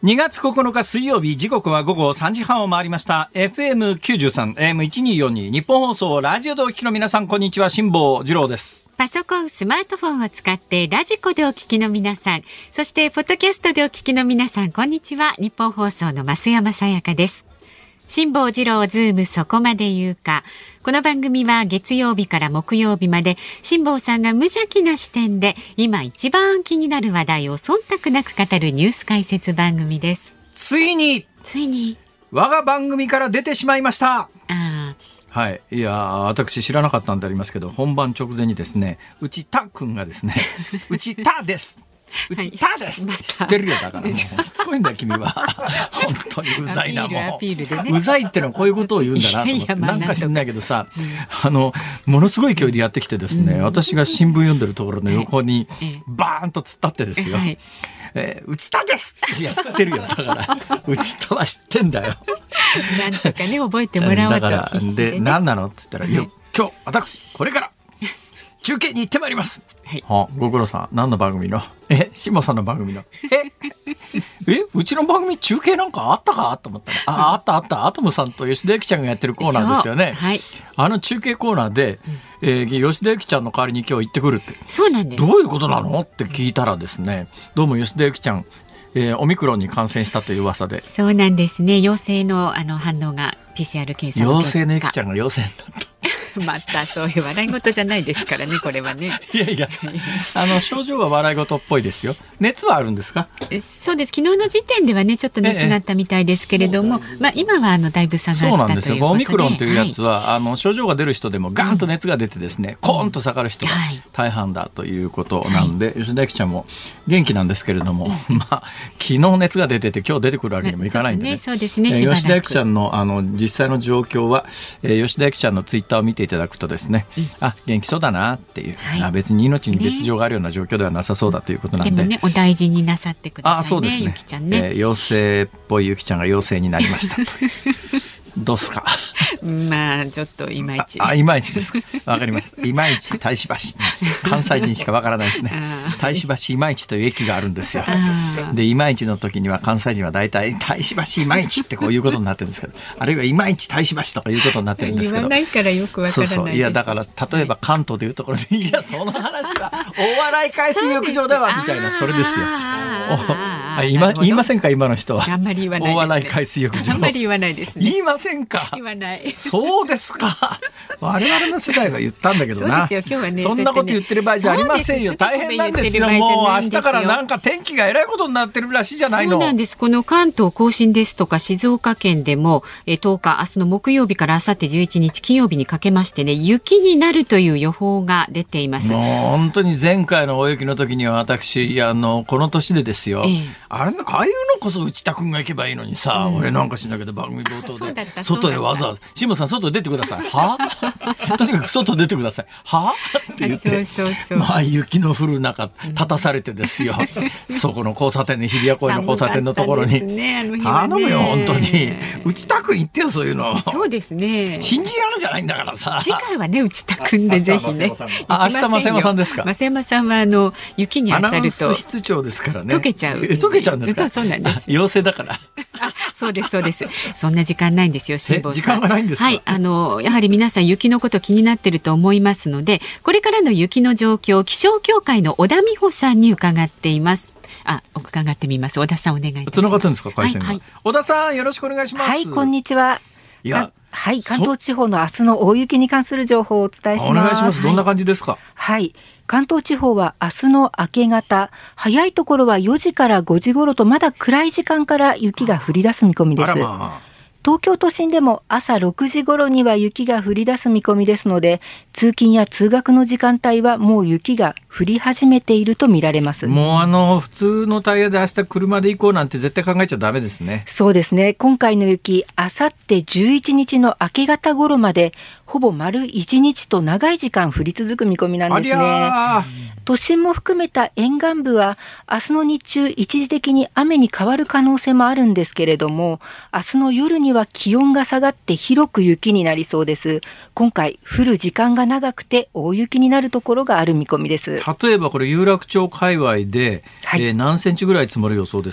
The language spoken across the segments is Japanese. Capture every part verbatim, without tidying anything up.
にがつここのか水曜日、時刻は午後さんじはんを回りました。エフエムきゅうじゅうさん、エーエムせんにひゃくよんじゅうに 日本放送ラジオでお聞きの皆さん、こんにちは。辛坊治郎です。 パソコン、スマートフォンを使ってラジコでお聞きの皆さん、そしてポッドキャストでお聞きの皆さん、こんにちは。日本放送の増山さやかです。辛坊治郎ズームそこまで言うか。この番組は月曜日から木曜日まで辛坊さんが無邪気な視点で今一番気になる話題を忖度なく語るニュース解説番組です。 ついについに我が番組から出てしまいました。 あはい、いや私知らなかったんでありますけど、本番直前にですね、うちたくんがですねうちたですうちたです、はい、知ってるよ。だからもうしつこいんだよ君は本当にうざいな。もうアピールアピールでね、 うざいってのはこういうことを言うんだなと思って。いやいや、まあ、なんか知んないけどさ、うん、あのものすごい勢いでやってきてですね、うん、私が新聞読んでるところの横にバーンと突っ立ってですよ、はいえー、うちたです。いや知ってるよ。だからうちたは知ってんだよなんとかね覚えてもらおうとだから必死で、ね、 で何なのって言ったら、はい、今日私これから中継に行ってまいります。はい、あ、ご苦労さん。何の番組の？え、辛坊さんの番組の？え、え、うちの番組中継なんかあったかと思ったら、あ、あったあった。アトムさんと吉田ゆきちゃんがやってるコーナーですよね。はい、あの中継コーナーで、うんえー、吉田ゆきちゃんの代わりに今日行ってくるって。そうなんです。どういうことなのって聞いたらですね、どうも吉田ゆきちゃん、えー、オミクロンに感染したという噂で。 そうなんですね。陽性のあの反応が ピーシーアール 検査の陽性のゆきちゃんが陽性になった。 またそういう笑い事じゃないですからね、これはね。 いやいや、あの症状は笑い事っぽいですよ。熱はあるんですか？ そうです。昨日の時点ではねちょっと熱があったみたいですけれども、ええまあ、今はあのだいぶ下がったということで。そうなんですよ。 オミクロンというやつは、はい、あの症状が出る人でもガーンと熱が出てですね、うん、コーンと下がる人が大半だということなんで、はい、吉田ゆきちゃんも元気なんですけれども、まあ、昨日熱が出てて今日出てくるわけにもいかないんでね。 ねそうですね、しばらく吉田ゆきちゃん の, あの実際の状況は、えー、吉田ゆきちゃんのツイッターを見ていただくとですね、うん、あ元気そうだなっていう、はい、別に命に別状があるような状況ではなさそうだということなんで、ね、 でもねお大事になさってくださいね。 あそうですね、 ゆきちゃんね、 えー、陽性っぽいゆきちゃんが陽性になりましたとどうすかまあちょっといまいちああいまいちですか。わかりました。いまいち大師橋関西人しかわからないですね。大師橋いまいちという駅があるんですよ。でいまいちの時には関西人はだいたい大師橋いまいちってこういうことになってるんですけど、あるいはいまいち大師橋とかいうことになってるんですけど、 言わないからよくわからないです。 そうそういやだから例えば関東というところで、はい、いやその話は大笑い海水浴場ではみたいな、それですよ。あ今言いませんか今の人は。 あんまり言わないです、ね、 大笑い海水浴場あんまり言わないですね。 言いませんか。 言わない。 そうですか。我々の世代が言ったんだけどな。 そうですよ、今日はね、 そんなこと言ってる場合じゃありませんよ。大変なんですよ。もう明日からなんか天気がえらいことになってるらしいじゃないの。 そうなんです。この関東甲信ですとか静岡県でもえとおか明日の木曜日から明後日じゅういちにち金曜日にかけましてね、雪になるという予報が出ています。 もう本当に前回の大雪の時には私あのこの年でですよ、ええ、あれああいうのこそ内田君が行けばいいのにさ、うん、俺なんかしないけど番組冒頭で外へわざわざ辛坊さん外出てくださいはとにかく外出てくださいはって言って、 そうそうそう、 まあ雪の降る中立たされてですよ、うん、そこの交差点で日比谷公園の交差点のところに、ねね、頼むよ本当に内田君言ってよそういうの。 そうですね、 信じられるじゃないんだからさ。 次回はね内田君でぜひね。 あ明日増山さんですか。 増山さんはあの雪に当たるとアナウンス室長ですからね。 溶けちゃう。 え溶けちゃうんですか。 そうなんです。 陽性だから。 あそうですそうです。そんな時間ないんですよ辛坊さん。 時間がないんですか。 はい、あのやはり皆さん雪のこと気になってると思いますので、これからの雪の状況気象協会の小田美穂さんに伺っています。あ伺ってみます。小田さんお願いいたします。 つながってるんですか会社に、 はいはい、 小田さんよろしくお願いします。 はいこんにちは。 いやはい、関東地方の明日の大雪に関する情報をお伝えします。 お願いします。どんな感じですか。 はい、はい、関東地方は明日の明け方、早いところはよじからごじ頃とまだ暗い時間から雪が降り出す見込みです。あらまあ、東京都心でも朝ろくじ頃には雪が降り出す見込みですので、通勤や通学の時間帯はもう雪が降り始めていると見られます。 もうあの普通のタイヤで明日車で行こうなんて絶対考えちゃダメですね。 そうですね。今回の雪、あさってじゅういちにちの明け方頃までほぼ丸いちにちと長い時間降り続く見込みなんですね。都心も含めた沿岸部は明日の日中一時的に雨に変わる可能性もあるんですけれども、明日の夜には気温が下がって広く雪になりそうです。今回降る時間が長くて大雪になるところがある見込みです。 例えばこれ有楽町界隈で、はい、えー、何センチぐらい積もる予想ですか。 は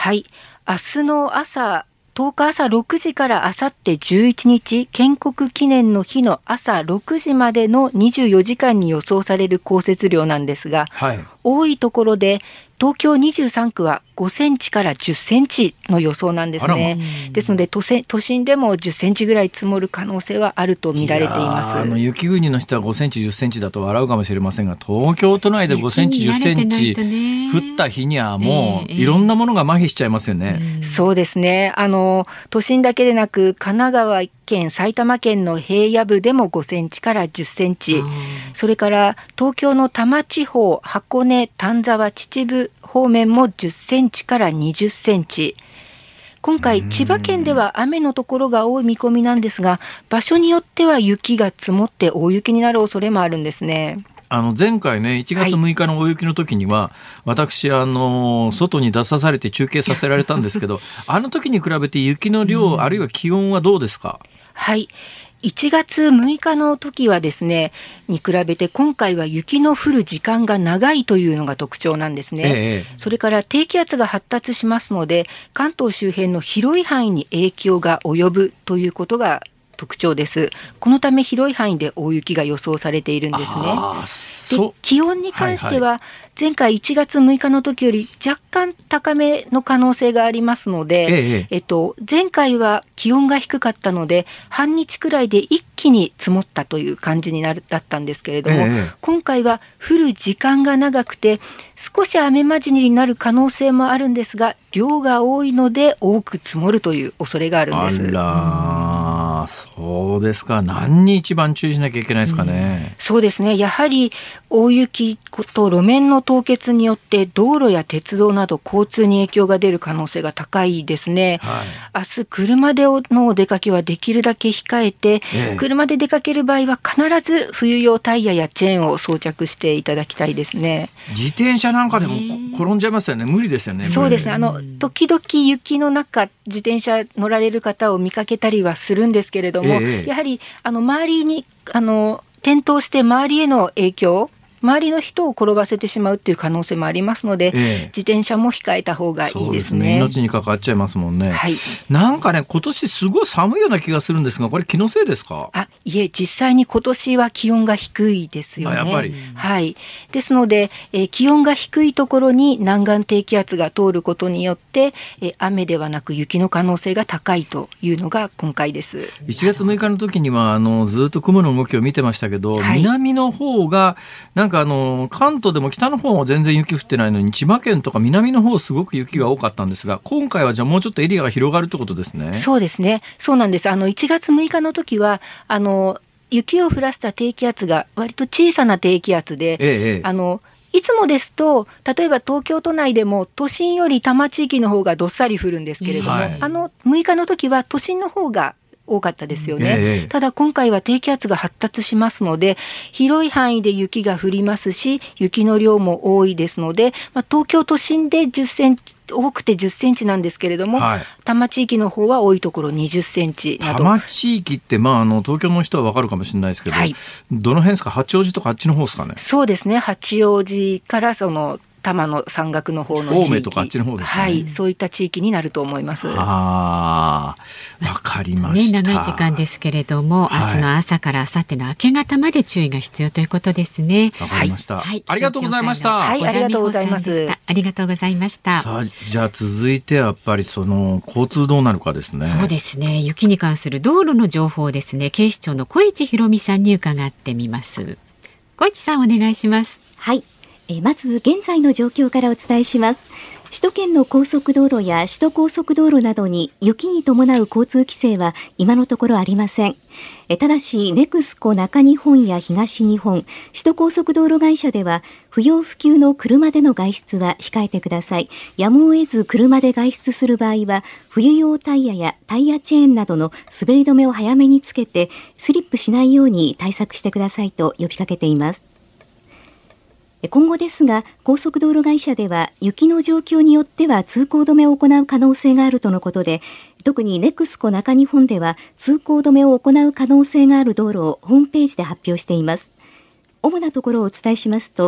はい、明日の朝とおか朝ろくじからあさってじゅういちにち建国記念の日の朝ろくじまでのにじゅうよじかんに予想される降雪量なんですが、はい、多いところで東京にじゅうさんくはごセンチからじゅっセンチの予想なんですね。ですので都心、都心でもじゅっセンチぐらい積もる可能性はあると見られています。 あの雪国の人はごセンチじゅっセンチだと笑うかもしれませんが、東京都内でごセンチじゅっセンチ降った日にはもういろんなものが麻痺しちゃいますよね。 えーえー、そうですね。あの都心だけでなく神奈川県、埼玉県の平野部でもごセンチからじゅっセンチ、それから東京の多摩地方、箱根、丹沢、秩父方面もじゅっセンチからにじゅっセンチ。今回千葉県では雨のところが多い見込みなんですが、場所によっては雪が積もって大雪になる恐れもあるんですね。 あの前回ね、いちがつむいかの大雪の時には、はい、私あの外に出さされて中継させられたんですけどあの時に比べて雪の量、あるいは気温はどうですか？ はい、いちがつむいかの時はですね、に比べて今回は雪の降る時間が長いというのが特徴なんですね。ええ、それから低気圧が発達しますので、関東周辺の広い範囲に影響が及ぶということが特徴です。このため広い範囲で大雪が予想されているんですね。で、気温に関しては前回いちがつむいかの時より若干高めの可能性がありますので、えええっと、前回は気温が低かったので半日くらいで一気に積もったという感じになるだったんですけれども、え、今回は降る時間が長くて少し雨交じりになる可能性もあるんですが、量が多いので多く積もるという恐れがあるんです。 あら、そうですか。何に一番注意しなきゃいけないですかね。 うん、そうですね。やはり大雪と路面の凍結によって道路や鉄道など交通に影響が出る可能性が高いですね。はい、明日車でのお出かけはできるだけ控えて、ええ、車で出かける場合は必ず冬用タイヤやチェーンを装着していただきたいですね。 自転車なんかでも転んじゃいますよね。無理ですよね。 そうですね。あの時々雪の中自転車乗られる方を見かけたりはするんですけれども、ええ、やはりあの周りにあの転倒して周りへの影響、周りの人を転ばせてしまうっていう可能性もありますので、ええ、自転車も控えた方がいいですね。そうですね。 命に関わっちゃいますもんね。 はい、 なんかね、今年すごい寒いような気がするんですが、これ気のせいですか？ あ、いえ、実際に今年は気温が低いですよね。 あ、やっぱり。 はい。ですので、えー、気温が低いところに南岸低気圧が通ることによって、えー、雨ではなく雪の可能性が高いというのが今回です。 いちがつむいかの時にはあのずっと雲の動きを見てましたけど、はい、南の方がなんかあの関東でも北の方は全然雪降ってないのに、千葉県とか南の方すごく雪が多かったんですが、今回はじゃあもうちょっとエリアが広がるってことですね。 そうですね。そうなんです。あのいちがつむいかの時はあの雪を降らせた低気圧が割と小さな低気圧で、ええ、あのいつもですと例えば東京都内でも都心より多摩地域の方がどっさり降るんですけれども、はい、あのむいかの時は都心の方が多かったですよね。ええ、ただ今回は低気圧が発達しますので広い範囲で雪が降りますし、雪の量も多いですので、まあ、東京都心でじゅっセンチ、多くてじゅっセンチなんですけれども、はい、多摩地域の方は多いところにじゅっセンチなど。 多摩地域って、まあ、あの東京の人は分かるかもしれないですけど、はい、どの辺ですか？八王子とかあっちの方ですかね？ そうですね。八王子からその多摩の山岳の方の地域、 青梅とかあっちの方ですね。 はい、そういった地域になると思います。 ああ、わかりました。 ね、長い時間ですけれども、はい、明日の朝から明後日の明け方まで注意が必要ということですね。 わかりました、はい、ありがとうございました。 はい、ありがとうございます。 ありがとうございました。 さあ、じゃあ続いてはやっぱりその交通どうなるかですね。 そうですね。雪に関する道路の情報をですね、警視庁の小市博美さんに伺ってみます。小市さん、お願いします。 はい。えまず現在の状況からお伝えします。首都圏の高速道路や首都高速道路などに雪に伴う交通規制は今のところありません。えただしネクスコ中日本や東日本、首都高速道路会社では不要不急の車での外出は控えてください。やむを得ず車で外出する場合は冬用タイヤやタイヤチェーンなどの滑り止めを早めにつけてスリップしないように対策してくださいと呼びかけています。今後ですが、高速道路会社では雪の状況によっては通行止めを行う可能性があるとのことで、特にネクスコ中日本では通行止めを行う可能性がある道路をホームページで発表しています。主なところをお伝えしますと、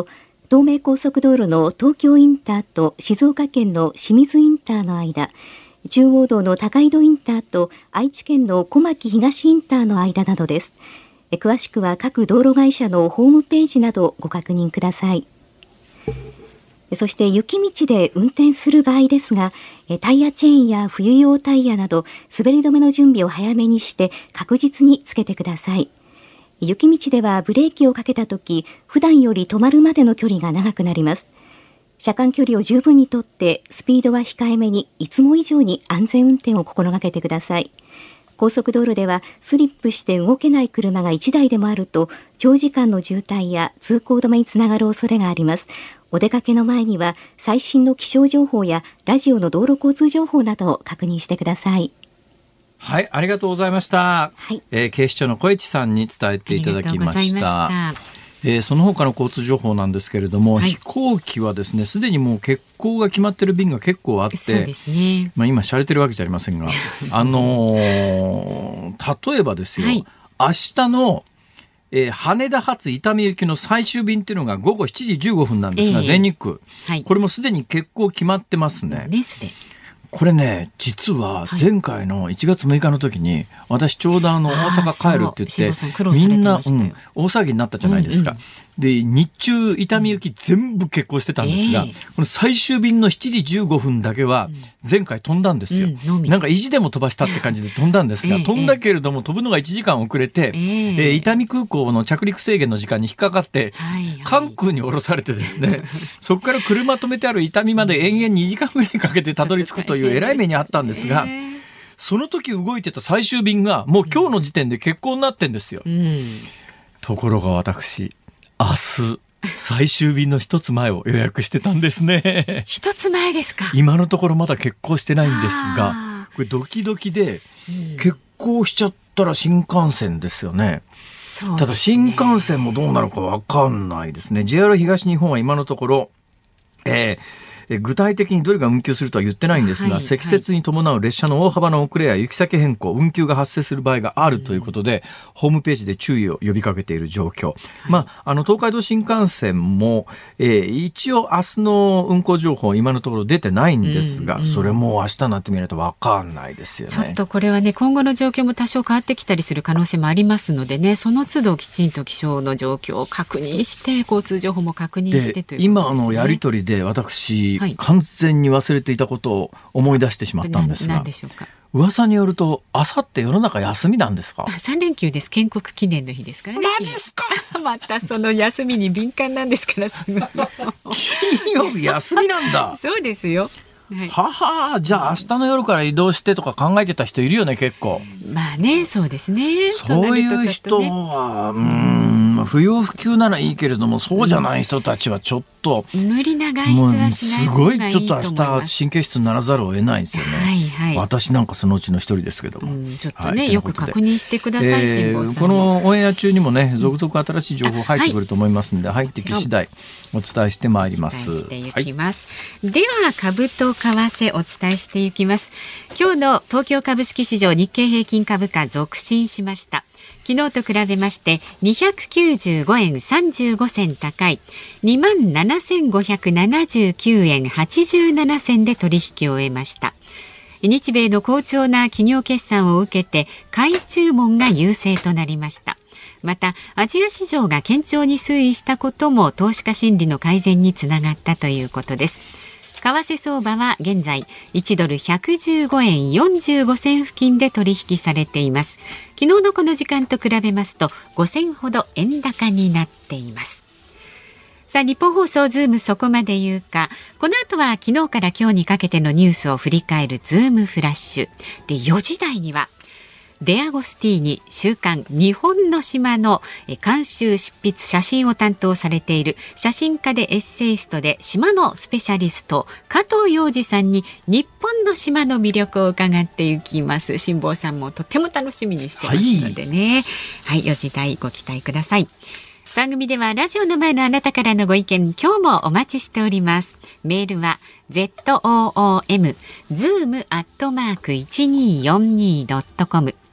東名高速道路の東京インターと静岡県の清水インターの間、中央道の高井戸インターと愛知県の小牧東インターの間などです。詳しくは各道路会社のホームページなどご確認ください。そして雪道で運転する場合ですが、タイヤチェーンや冬用タイヤなど滑り止めの準備を早めにして確実につけてください。雪道ではブレーキをかけたとき、普段より止まるまでの距離が長くなります。車間距離を十分にとってスピードは控えめに、いつも以上に安全運転を心がけてください。高速道路ではスリップして動けない車がいちだいでもあると、長時間の渋滞や通行止めにつながる恐れがあります。お出かけの前には最新の気象情報やラジオの道路交通情報などを確認してください。 はい、ありがとうございました、 はい。 えー、警視庁の小市さんに伝えていただきました。えー、その他の交通情報なんですけれども、はい、飛行機はですね、すでにもう欠航が決まっている便が結構あって、 そうですね、 まあ、今しゃれてるわけじゃありませんがあのー、例えばですよ、はい、明日のえー、羽田発伊丹行きの最終便っていうのがごごしちじじゅうごふんなんですが、えー、全日空、はい、これもすでに欠航決まってますね。 ですね。 これね、実は前回のいちがつむいかの時に、はい、私ちょうどあの大阪帰るって言ってみんな、うん、大騒ぎになったじゃないですか、うんうん、で日中伊丹行き全部欠航してたんですが、えー、この最終便のしちじじゅうごふんだけは前回飛んだんですよ、うん、なんか意地でも飛ばしたって感じで飛んだんですが、えー、飛んだけれども飛ぶのがいちじかん遅れて、えーえー、伊丹空港の着陸制限の時間に引っかかって、はいはい、関空に降ろされてですねそこから車止めてある伊丹まで延々にじかんぐらいかけてたどり着くというえらい目にあったんですが、えー、その時動いてた最終便がもう今日の時点で欠航になってんですよ、うん、ところが私明日最終便の一つ前を予約してたんですね。 一つ前ですか。 今のところまだ欠航してないんですが、これドキドキで、うん、欠航しちゃったら新幹線ですよね。 そうですね。 ただ新幹線もどうなるか分かんないですね。 ジェイアール 東日本は今のところ、えー具体的にどれが運休するとは言ってないんですが、はい、積雪に伴う列車の大幅な遅れや行き先変更、運休が発生する場合があるということで、うん、ホームページで注意を呼びかけている状況、はい、まあ、あの東海道新幹線も、えー、一応明日の運行情報今のところ出てないんですが、うんうん、それも明日になってみないと分かんないですよね。 ちょっとこれはね、今後の状況も多少変わってきたりする可能性もありますのでね、その都度きちんと気象の状況を確認して交通情報も確認してということですね。 今のやり取りで私、はい、完全にに忘れていたことを思い出してしまったんですが、 何でしょうか。 噂によるとあさって世の中休みなんですか。 さん連休です。建国記念の日ですからね。 マジっすか。 またその休みに敏感なんですから金曜日休みなんだ。 そうですよ。はい、 はは、じゃあ明日の夜から移動してとか考えてた人いるよね、結構。 まあね、そうですね。 そういう人は、うーん、不要不急ならいいけれども、そうじゃない人たちはちょっと、 うん、無理な外出はしない方がいいと思います。 すごいちょっと明日神経質にならざるを得ないんですよね。はいはい、私なんかそのうちの一人ですけども、 うん、ちょっとね、はい、よく確認してください、 えー、このオンエア中にもね、続々新しい情報入ってくると思いますので、はい、入ってき次第お伝えしてまいります。 お伝えしていきます、はい、では株と為替お伝えしていきます。今日の東京株式市場、日経平均株価続伸しました。昨日と比べましてにひゃくきゅうじゅうごえんさんじゅうごせん高い にまんななせんごひゃくななじゅうきゅうえんはちじゅうななせんで取引を終えました。日米の好調な企業決算を受けて買い注文が優勢となりました。またアジア市場が堅調に推移したことも投資家心理の改善につながったということです。為替相場は現在いちドルひゃくじゅうごえんよんじゅうごせん付近で取引されています。昨日のこの時間と比べますとごせんほど円高になっています。さあ、日本放送ズームそこまで言うか。この後は昨日から今日にかけてのニュースを振り返るズームフラッシュで、よじ台にはデアゴスティーニ週刊日本の島の監修執筆写真を担当されている写真家でエッセイストで島のスペシャリスト加藤洋二さんに日本の島の魅力を伺っていきます。辛坊さんもとても楽しみにしてますのでね、はい、はい、よじ台ご期待ください。番組ではラジオの前のあなたからのご意見、今日もお待ちしております。メールは ズーム アットマーク いちにーよんにードットコム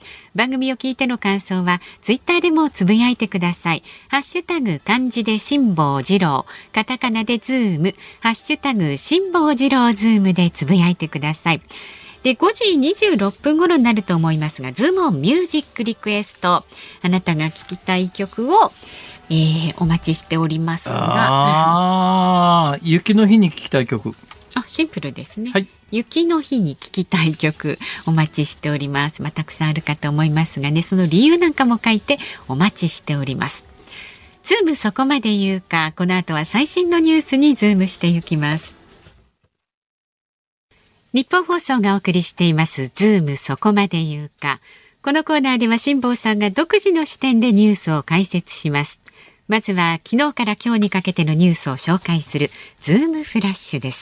番組を聞いての感想はツイッターでもつぶやいてください。ハッシュタグ漢字で辛坊治郎、カタカナでズーム、ハッシュタグ辛坊治郎ズームでつぶやいてください。でごじにじゅうろっぷん頃になると思いますが、ズームオンミュージックリクエスト、あなたが聴きたい曲を、えー、お待ちしておりますが、 あ雪の日に聴きたい曲、 あシンプルですね、 はい、 雪の日に聴きたい曲お待ちしております。まあ、たくさんあるかと思いますがね、その理由なんかも書いてお待ちしております。ズームそこまで言うか、この後は最新のニュースにズームしていきます。日本放送がお送りしていますズームそこまで言うか。このコーナーでは辛坊さんが独自の視点でニュースを解説します。まずは昨日から今日にかけてのニュースを紹介するズームフラッシュです。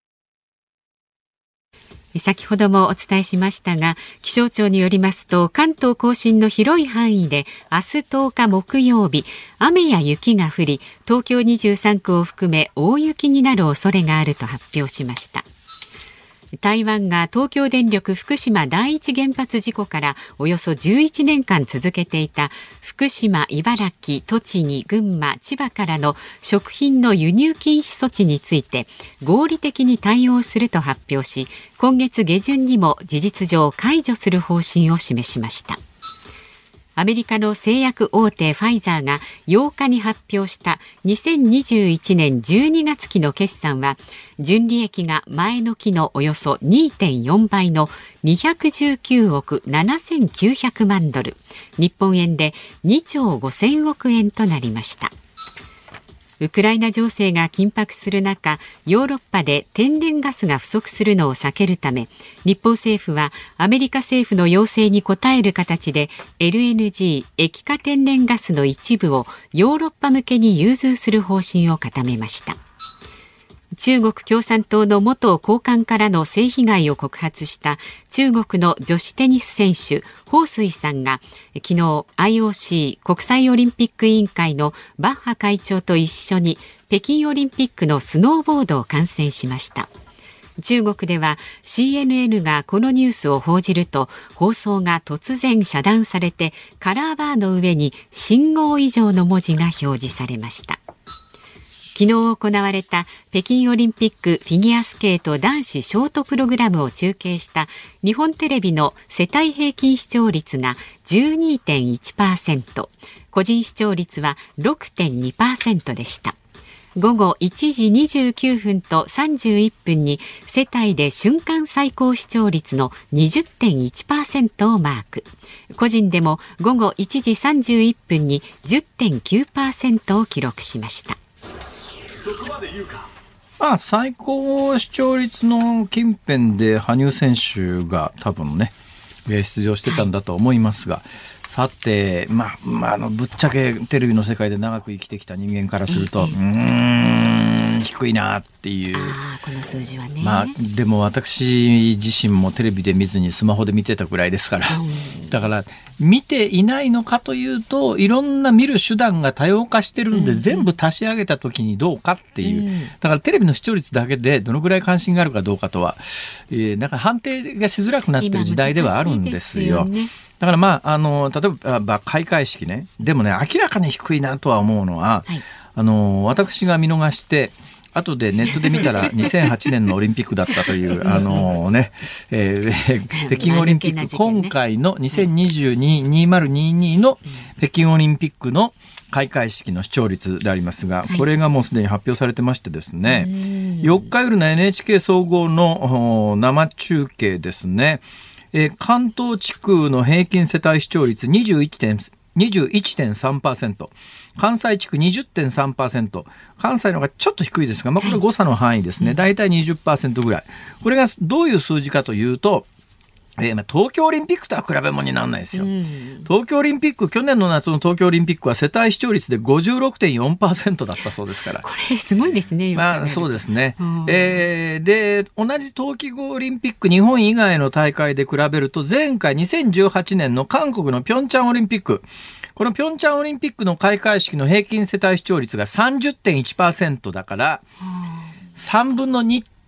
先ほどもお伝えしましたが、気象庁によりますと、関東甲信の広い範囲で明日とおか木曜日、雨や雪が降り、東京にじゅうさんくを含め大雪になる恐れがあると発表しました。台湾が東京電力福島第一原発事故からおよそじゅういちねんかん続けていた福島、茨城、栃木、群馬、千葉からの食品の輸入禁止措置について合理的に対応すると発表し、今月下旬にも事実上解除する方針を示しました。アメリカの製薬大手ファイザーがようかに発表したにせんにじゅういちねんじゅうにがつ期の決算は、純利益が前の期のおよそ にてんよんばいのにひゃくじゅうきゅうおくななせんきゅうひゃくまんドル、日本円でにちょうごせんおくえんとなりました。ウクライナ情勢が緊迫する中、ヨーロッパで天然ガスが不足するのを避けるため、日本政府はアメリカ政府の要請に応える形で エルエヌジー 液化天然ガスの一部をヨーロッパ向けに融通する方針を固めました。中国共産党の元高官からの性被害を告発した中国の女子テニス選手彭帥さんが昨日 アイオーシー 国際オリンピック委員会のバッハ会長と一緒に北京オリンピックのスノーボードを観戦しました。中国では シーエヌエヌ がこのニュースを報じると、放送が突然遮断されてカラーバーの上に信号以上の文字が表示されました。昨日行われた北京オリンピックフィギュアスケート男子ショートプログラムを中継した日本テレビの世帯平均視聴率が じゅうにてんいちパーセント、個人視聴率は ろくてんにパーセント でした。午後いちじにじゅうきゅうふんとさんじゅういっぷんに世帯で瞬間最高視聴率の にじゅってんいちパーセント をマーク。個人でも午後いちじさんじゅういっぷんに じゅってんきゅうパーセント を記録しました。 そこまで言うか。まあ、最高視聴率の近辺で羽生選手が多分ね出場してたんだと思いますが、はい、さて、まあまあ、あのぶっちゃけテレビの世界で長く生きてきた人間からすると、うん、うーん低いなっていう。 あ、この数字はね、 まあ、でも私自身もテレビで見ずにスマホで見てたくらいですから、うん、だから見ていないのかというと、いろんな見る手段が多様化してるんで、うん、全部足し上げた時にどうかっていう、うん、だからテレビの視聴率だけでどのぐらい関心があるかどうかとは、えー、なんか判定がしづらくなってる時代ではあるんですよ。だからまあ、あの例えば開会式ね、でもね明らかに低いなとは思うのは、はい、あの私が見逃して後でネットで見たらにせんはちねんのオリンピックだったというあのね、えー、北京オリンピック、今回のにせんにじゅうに、にせんにじゅうにの北京オリンピックの開会式の視聴率でありますが、これがもうすでに発表されてましてですね、よっか夜の エヌエイチケー 総合の生中継ですね、えー、関東地区の平均世帯視聴率 にじゅういちてんさんパーセント、関西地区 にじゅってんさんパーセント、関西の方がちょっと低いですが、まあ、これ誤差の範囲ですね、だいたい にじゅっパーセント ぐらい。これがどういう数字かというと、えーまあ、東京オリンピックとは比べ物にならないですよ、うん、東京オリンピック、去年の夏の東京オリンピックは世帯視聴率で ごじゅうろくてんよんパーセント だったそうですから、 これすごいですね。 まあ、そうですね、うん、えー、で同じ冬季オリンピック日本以外の大会で比べると、前回にせんじゅうはちねんの韓国のピョンチャンオリンピック、このピョンチャンオリンピックの開会式の平均世帯視聴率が さんじゅってんいちパーセント だから、さんぶんのにって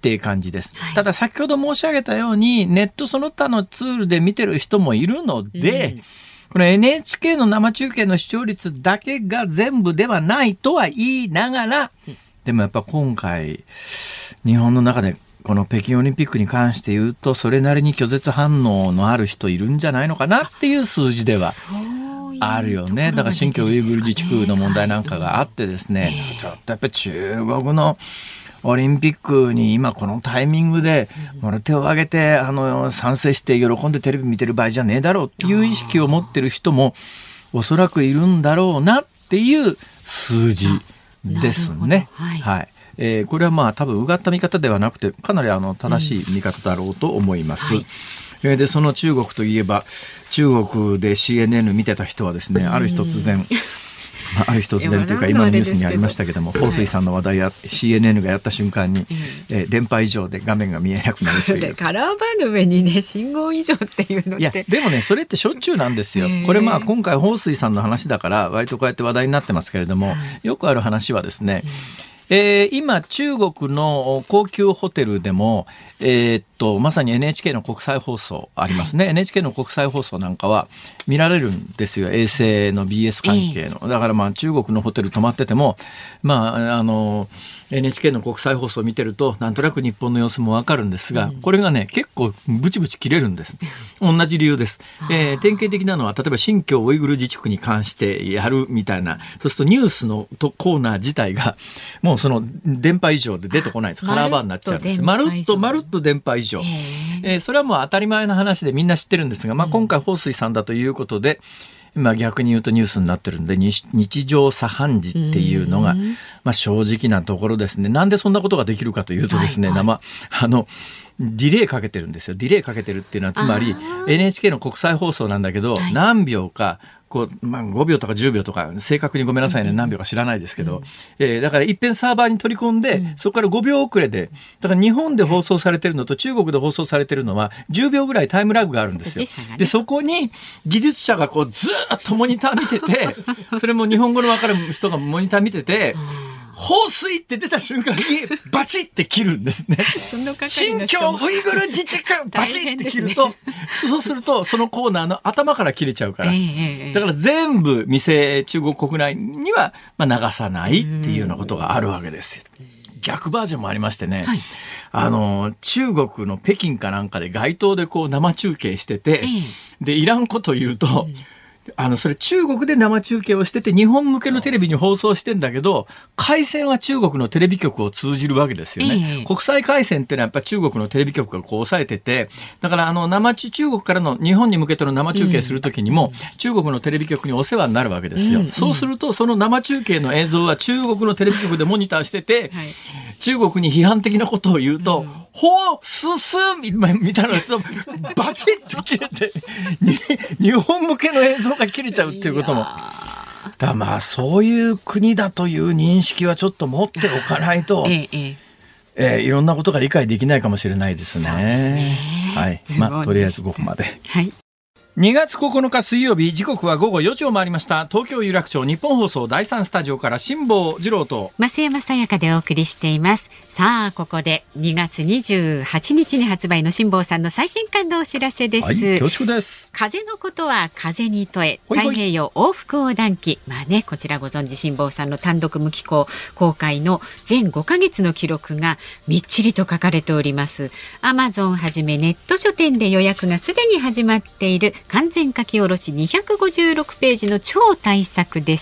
っていう感じです、はい、ただ先ほど申し上げたようにネットその他のツールで見てる人もいるので、うん、この エヌエイチケー の生中継の視聴率だけが全部ではないとは言いながら、うん、でもやっぱ今回日本の中でこの北京オリンピックに関して言うとそれなりに拒絶反応のある人いるんじゃないのかなっていう数字ではあるよね。だから新疆ウイグル自治区の問題なんかがあってですね、はい、ちょっとやっぱり中国のオリンピックに今このタイミングで手を挙げてあの賛成して喜んでテレビ見てる場合じゃねえだろうっていう意識を持ってる人もおそらくいるんだろうなっていう数字ですね。はい、はい、えー、これはまあ多分うがった見方ではなくてかなりあの正しい見方だろうと思います、うん、はい。えー、でその中国といえば中国で シーエヌエヌ 見てた人はですね、ある日突然ある日突然というか今のニュースにありましたけども、彭帥さんの話題や シーエヌエヌ がやった瞬間に、えー、電波異常で画面が見えなくなるというカラーバーの上にね信号異常っていうのって、いやでもねそれってしょっちゅうなんですよ。これまあ今回彭帥さんの話だから割とこうやって話題になってますけれども、よくある話はですね、えー、今中国の高級ホテルでも、えー、っとまさに エヌエイチケー の国際放送ありますね、はい、エヌエイチケー の国際放送なんかは見られるんですよ、衛星の ビーエス 関係の、えー、だからまあ中国のホテル泊まってても、まあ、あの エヌエイチケー の国際放送を見てるとなんとなく日本の様子もわかるんですが、うん、これがね結構ブチブチ切れるんです。同じ理由です、えー、典型的なのは例えば新疆ウイグル自治区に関してやるみたいな、そうするとニュースのコーナー自体がもうその電波異常で出てこないです。カラーバーになっちゃうんです。まるっとまるっと電波異常、えー、それはもう当たり前の話でみんな知ってるんですが、まあ、今回彭帥さんだということで、うん、まあ、逆に言うとニュースになってるんで日常茶飯事っていうのが、まあ、正直なところですね。なんでそんなことができるかというとですね、はいはい、生あのディレイかけてるんですよ。ディレイかけてるっていうのはつまり エヌエイチケー の国際放送なんだけど、はい、何秒かこう、まあ、ごびょうとかじゅうびょうとか正確にごめんなさいね、何秒か知らないですけど、うん、えー、だから一遍サーバーに取り込んで、うん、そこからごびょう遅れで、だから日本で放送されてるのと中国で放送されてるのはじゅうびょうぐらいタイムラグがあるんですよ。でそこに技術者がこうずっとモニター見ててそれも日本語の分かる人がモニター見てて、放水って出た瞬間にバチって切るんですね。新疆ウイグル自治区バチって切ると、ね、そうするとそのコーナーの頭から切れちゃうから、えー、だから全部店中国国内にはまあ流さないっていうようなことがあるわけですよ。逆バージョンもありましてね、はい、あの中国の北京かなんかで街頭でこう生中継してて、えー、でいらんこと言うと、うん、あのそれ中国で生中継をしてて日本向けのテレビに放送してんだけど、回線は中国のテレビ局を通じるわけですよね、えー、国際回線ってのはやっぱり中国のテレビ局がこう抑えてて、だからあの生中国からの日本に向けての生中継するときにも、うん、中国のテレビ局にお世話になるわけですよ、うん、そうするとその生中継の映像は中国のテレビ局でモニターしてて、はい、中国に批判的なことを言うと、うん、ほうすすみたいなやつをバチッと切れて日本向けの映像が切れちゃうっていうことも、だまあそういう国だという認識はちょっと持っておかないと、えええー、いろんなことが理解できないかもしれないですね。そうですね、はい、まあとりあえずここまで、はい。にがつここのか水曜日、時刻はごごよじを回りました。東京有楽町日本放送だいさんスタジオから辛坊治郎と増山さやかでお送りしています。さあここでにがつにじゅうはちにちに発売の辛坊さんの最新刊のお知らせです、はい、 恐縮です。 風のことは風に問え、太平洋往復横断記、まあね、こちらご存知辛坊さんの単独無寄稿公開の全ごかげつの記録がみっちりと書かれております。アマゾンはじめネット書店で予約がすでに始まっている完全書き下ろしにひゃくごじゅうろくページの超大作です。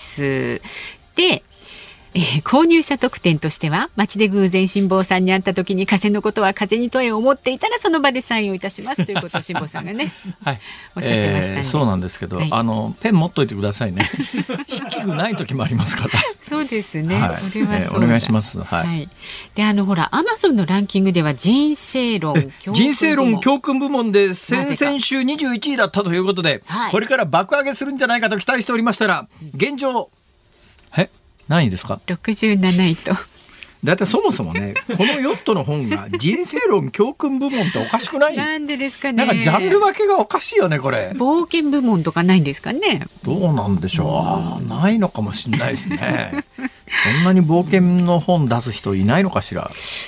で、えー、購入者特典としては街で偶然辛坊さんに会った時に風のことは風に問えを思っていたらその場でサインをいたしますということを辛坊さんがね、はい、おっしゃってましたね、 えー、そうなんですけど、はい、あのペン持っといてくださいね筆記具ない時もありますからそうですね、はい、それはそうだ、 えー、お願いします、はいはい、 であのほらアマゾンのランキングでは人生論教訓人生論教訓部門で先々週にじゅういちいだったということで、はい、これから爆上げするんじゃないかと期待しておりましたら現状え何位ですか？ ろくじゅうなないと。 だいたいそもそもねこのヨットの本が人生論教訓部門っておかしくない？ なんでですかね。 なんかジャンル分けがおかしいよねこれ。 冒険部門とかないんですかね。 どうなんでしょう、うん、ないのかもしれないですねそんなに冒険の本出す人いないのかしら。 ど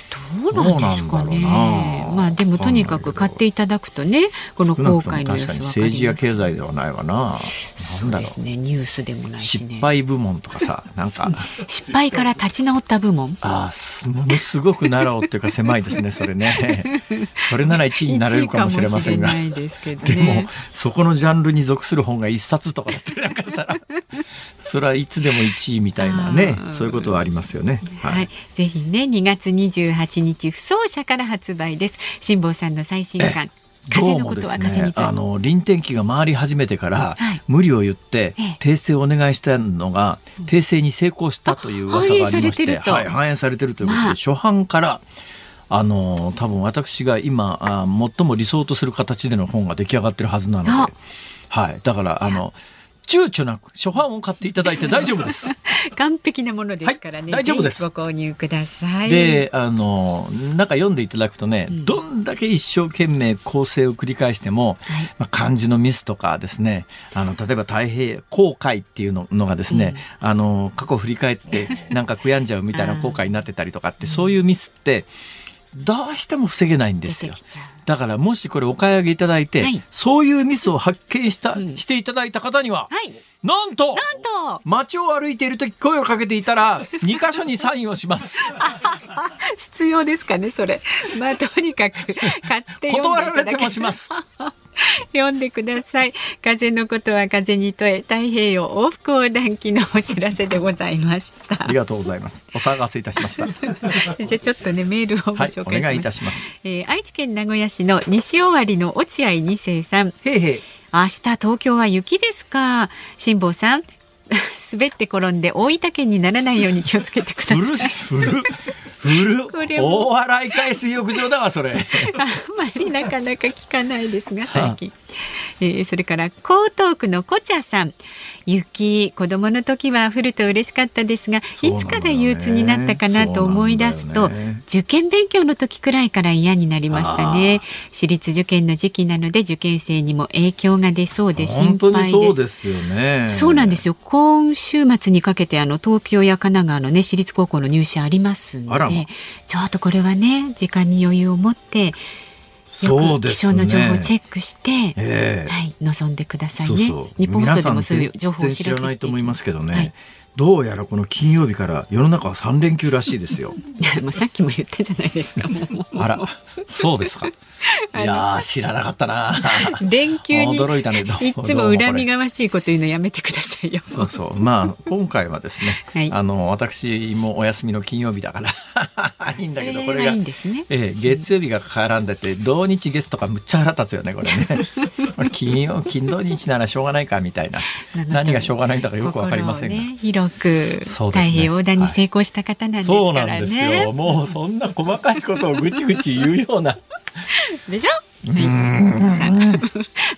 うなんですかね。まあでもとにかく買っていただくとね、この航海の様子分かります。 確かに政治や経済ではないわな。 そうですね、ニュースでもないしね。 失敗部門とかさ、なんか失敗から立ち直った部門。 ああ、ものすごくナローっていうか狭いですね、それね。それならいちいになれるかもしれませんが、 いちいかもしれないですけどね、 でもそこのジャンルに属する本が一冊とかだったりなんかしたらそれはいつでもいちいみたいなね、そういうことはありますよね。 はいはい、ぜひね、にがつにじゅうはちにち不走者から発売です。辛坊さんの最新刊、風のことは風にと、 あの臨転機が回り始めてから、はい、無理を言って訂正をお願いしたのが、うん、訂正に成功したという噂がありまして、はい、反映されているということで、まあ、初版からあの多分私が今あ最も理想とする形での本が出来上がっているはずなので、はい、だからあの躊躇なく初版を買っていただいて大丈夫です。 完璧なものですからね、はい、大丈夫です。ご購入ください。 で、あの中読んでいただくとね、うん、どんだけ一生懸命構成を繰り返しても、はい、まあ、漢字のミスとかですね、あの例えば太平洋後悔っていうののがですね、うん、あの過去振り返ってなんか悔やんじゃうみたいな後悔になってたりとかって、そういうミスってどうしても防げないんですよ。だからもしこれお買い上げいただいて、はい、そういうミスを発見した、うん、していただいた方には、はい、なんとなんと街を歩いているとき声をかけていたらにかしょにサインをします。 必要ですかねそれ。まあとにかく買って読んでいただけ断られてもします。 読んでください。風のことは風に問え、太平洋往復横断機のお知らせでございました。 ありがとうございます。お騒がせいたしました。じゃあちょっとねメールをご紹介します。はい、お願いいたします。えー、愛知県名古屋市の西尾張の落合二世さん。 へいへい。 明日東京は雪ですか。辛坊さん滑って転んで大分県にならないように気をつけてください。 古古古大洗海水浴場だわそれ。あんまりなかなか聞かないですが最近、はあ、えー、それから江東区のこちゃさん、雪子供の時は降ると嬉しかったですが、いつから憂鬱になったかなと思い出すと、ね、受験勉強の時くらいから嫌になりましたね。私立受験の時期なので受験生にも影響が出そうで心配です。 本当にそうですよね。 そうなんですよ。今週末にかけてあの東京や神奈川のね私立高校の入試ありますので、ちょっとこれはね時間に余裕を持ってよく気象の情報をチェックして、えーはい、臨んでくださいね。そうそう、 日本放送でもそういう情報を知らせていきます。皆さん全然知らないと思いますけどね、はい、どうやらこの金曜日から世の中はさんれんきゅうらしいですよ。 もうさっきも言ったじゃないですか。もうあら、そうですか。いや知らなかったな。 連休に驚いたね。 いつも恨みがましいこと言うのやめてくださいよ。 そうそう、まあ今回はですね、はい、あの私もお休みの金曜日だからいいんだけど、これがいいんですね、えー、月曜日が絡んでて土日月とかむっちゃ腹立つよねこれね。これ金曜金土日ならしょうがないかみたいな、何がしょうがないんだかよくわかりませんが、ね、 広く太平洋横断に成功した方なんですからね。 はい、そうなんですよ。もうそんな細かいことをぐちぐち言うようなでしょ。はい、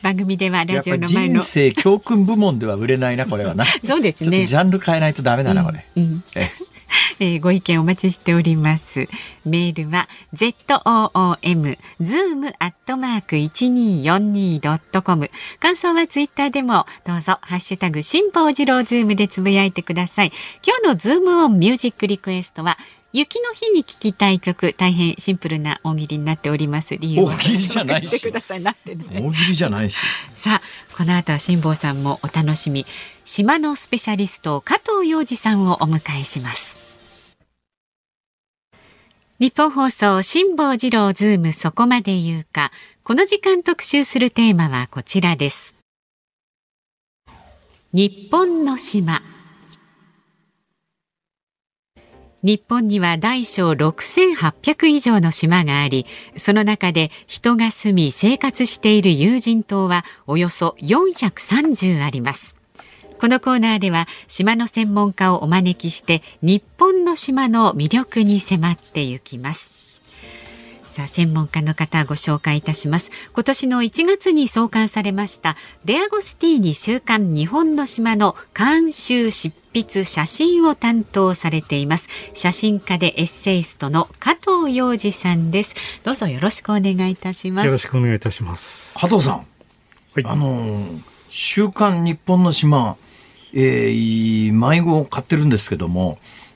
番組ではラジオの前の人生教訓部門では売れないなこれはな。 そうですね。 ちょっとジャンル変えないとダメだなこれ、うんうん、ええー、ご意見お待ちしております。メールは ズーム ズーム アットマーク いちにーよんにー ドットコム、 感想はツイッターでもどうぞハッシュタグ辛坊治郎ズームでつぶやいてください。今日のズームオンミュージックリクエストは雪の日に聴きたい曲、大変シンプルな大喜利になっております。理由を大喜利じゃないしください。なってね、 大喜利じゃないし。 さあこの後は辛坊さんもお楽しみ、島のスペシャリスト加藤洋二さんをお迎えします。日本放送辛坊治郎ズームそこまで言うか。この時間特集するテーマはこちらです。日本の島。日本には大小ろくせんはっぴゃく以上の島があり、その中で人が住み生活している有人島はおよそよんひゃくさんじゅうあります。このコーナーでは島の専門家をお招きして日本の島の魅力に迫っていきます。さあ専門家の方ご紹介いたします。今年のいちがつに創刊されましたデアゴスティーニ週刊日本の島の監修執筆写真を担当されています写真家でエッセイストの加藤洋二さんです。どうぞよろしくお願いいたします。 よろしくお願いいたします。 加藤さん、はい、あの週刊日本の島、えー、迷子を買ってるんですけども、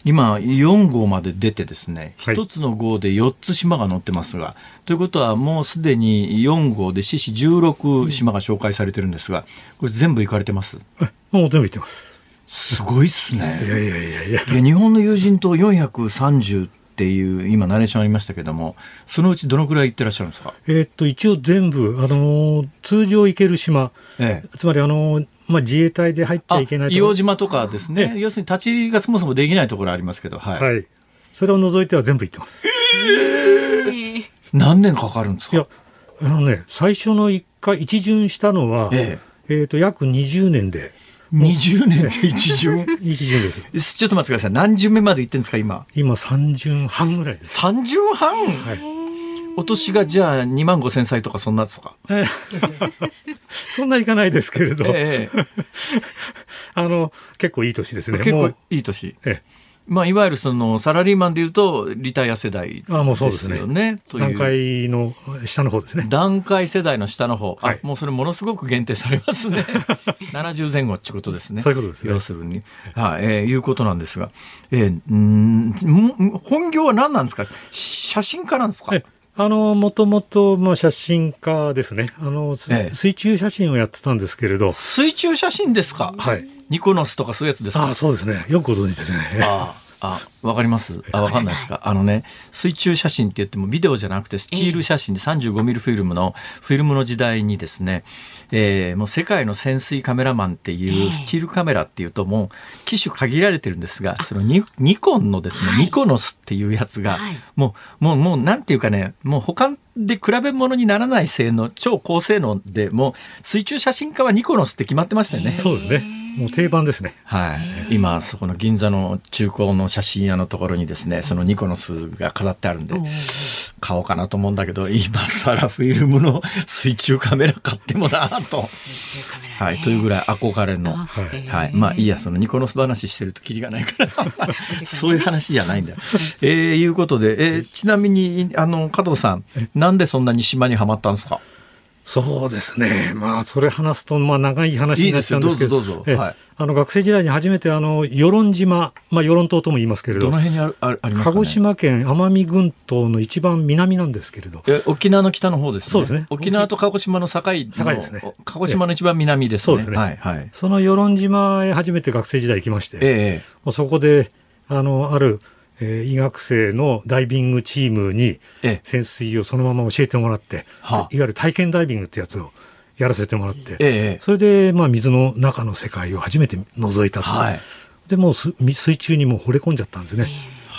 今よん号まで出てですね、 はい、 ひとつの号でよっつ島が載ってますが、ということはもうすでによん号で獅子じゅうろく島が紹介されてるんですが、これ全部行かれてます？ もう全部行ってます。 すごいっすね。 いやいやいやいや。 いや、日本の友人とよんひゃくさんじゅうっていう今ナレーションありましたけども、そのうちどのくらい行ってらっしゃるんですか？ えー、っと一応全部、あのー、通常行ける島、ええ、つまりあのーまあ、自衛隊で入っちゃいけないところ、 硫黄島とかですね、要するに立ち入りがそもそもできないところありますけど、はい、 はい、それを除いては全部行ってます。 えー、何年かかるんですか？ いや、あのね、最初のいっかい一巡したのは、えええー、と約にじゅうねんで。 にじゅうねんで一巡一巡です。 ちょっと待ってください。何巡目まで行ってるんですか今？ 今さん巡半ぐらいです。 さん巡半、はい、お年がじゃあにまんごせんさいとかそんなですか？ そんないかないですけれど、 ええ、 あの結構いい年ですね。 結構いい年、ええ、まあ、いわゆるそのサラリーマンでいうとリタイア世代ですよね。あ、もうそうですね。 という段階の下の方ですね。 段階世代の下の方、はい、あ、もうそれものすごく限定されますね。ななじゅうぜん後ってことですね。 そういうことですね。 要するに、はい、えー、いうことなんですが、えー、ん本業は何なんですか？写真家なんですか？ えあのもともとまあ写真家ですね。あの、ええ、水中写真をやってたんですけれど。 水中写真ですか？ はい。 ニコノスとかそういうやつですか？ あ、そうですね。よくご存知ですね。 ああ、わかります？あ、わかんないですか？あのね、水中写真って言ってもビデオじゃなくてスチール写真で さんじゅうごミリ フィルムのフィルムの時代にですね、えー、もう世界の潜水カメラマンっていうスチールカメラっていうともう機種限られてるんですが、その ニ, ニコンのですね、はい、ニコノスっていうやつが、はい、もうもうもうなんていうかね、もう他で比べ物にならない性能、超高性能で、もう水中写真家はニコノスって決まってましたよね。 そうですね。もう定番ですね。 はい。今そこの銀座の中古の写真屋のところにですね、そのニコノスが飾ってあるんで買おうかなと思うんだけど、今更フィルムの水中カメラ買ってもなと。水中カメラ、ね、はい。というぐらい憧れの、はいはい。まあいいや、そのニコノス話してるとキリがないからそういう話じゃないんだよ。えー、いうことで、えー、ちなみにあの加藤さん、なんでそんなに島にはまったんですか？ そうですね。まあそれ話すとまあ長い話になっちゃうんですけど、 いいですよ、どうぞどうぞ。はい、 あの学生時代に初めてあの与論島、まあ与論島とも言いますけれど、 どの辺にあるありますかね？ 鹿児島県奄美群島の一番南なんですけれど、 え沖縄の北の方ですね。 そうですね。 沖縄と鹿児島の境の境ですね。鹿児島の一番南ですね。 そうですね。 はいはい。 その与論島へ初めて学生時代行きまして、ええ、もうそこであのあるえー、医学生のダイビングチームに潜水をそのまま教えてもらって、いわゆる体験ダイビングってやつをやらせてもらって、ええ、それでまあ水の中の世界を初めて覗いたと、はい、でもう水中にもう惚れ込んじゃったんですね。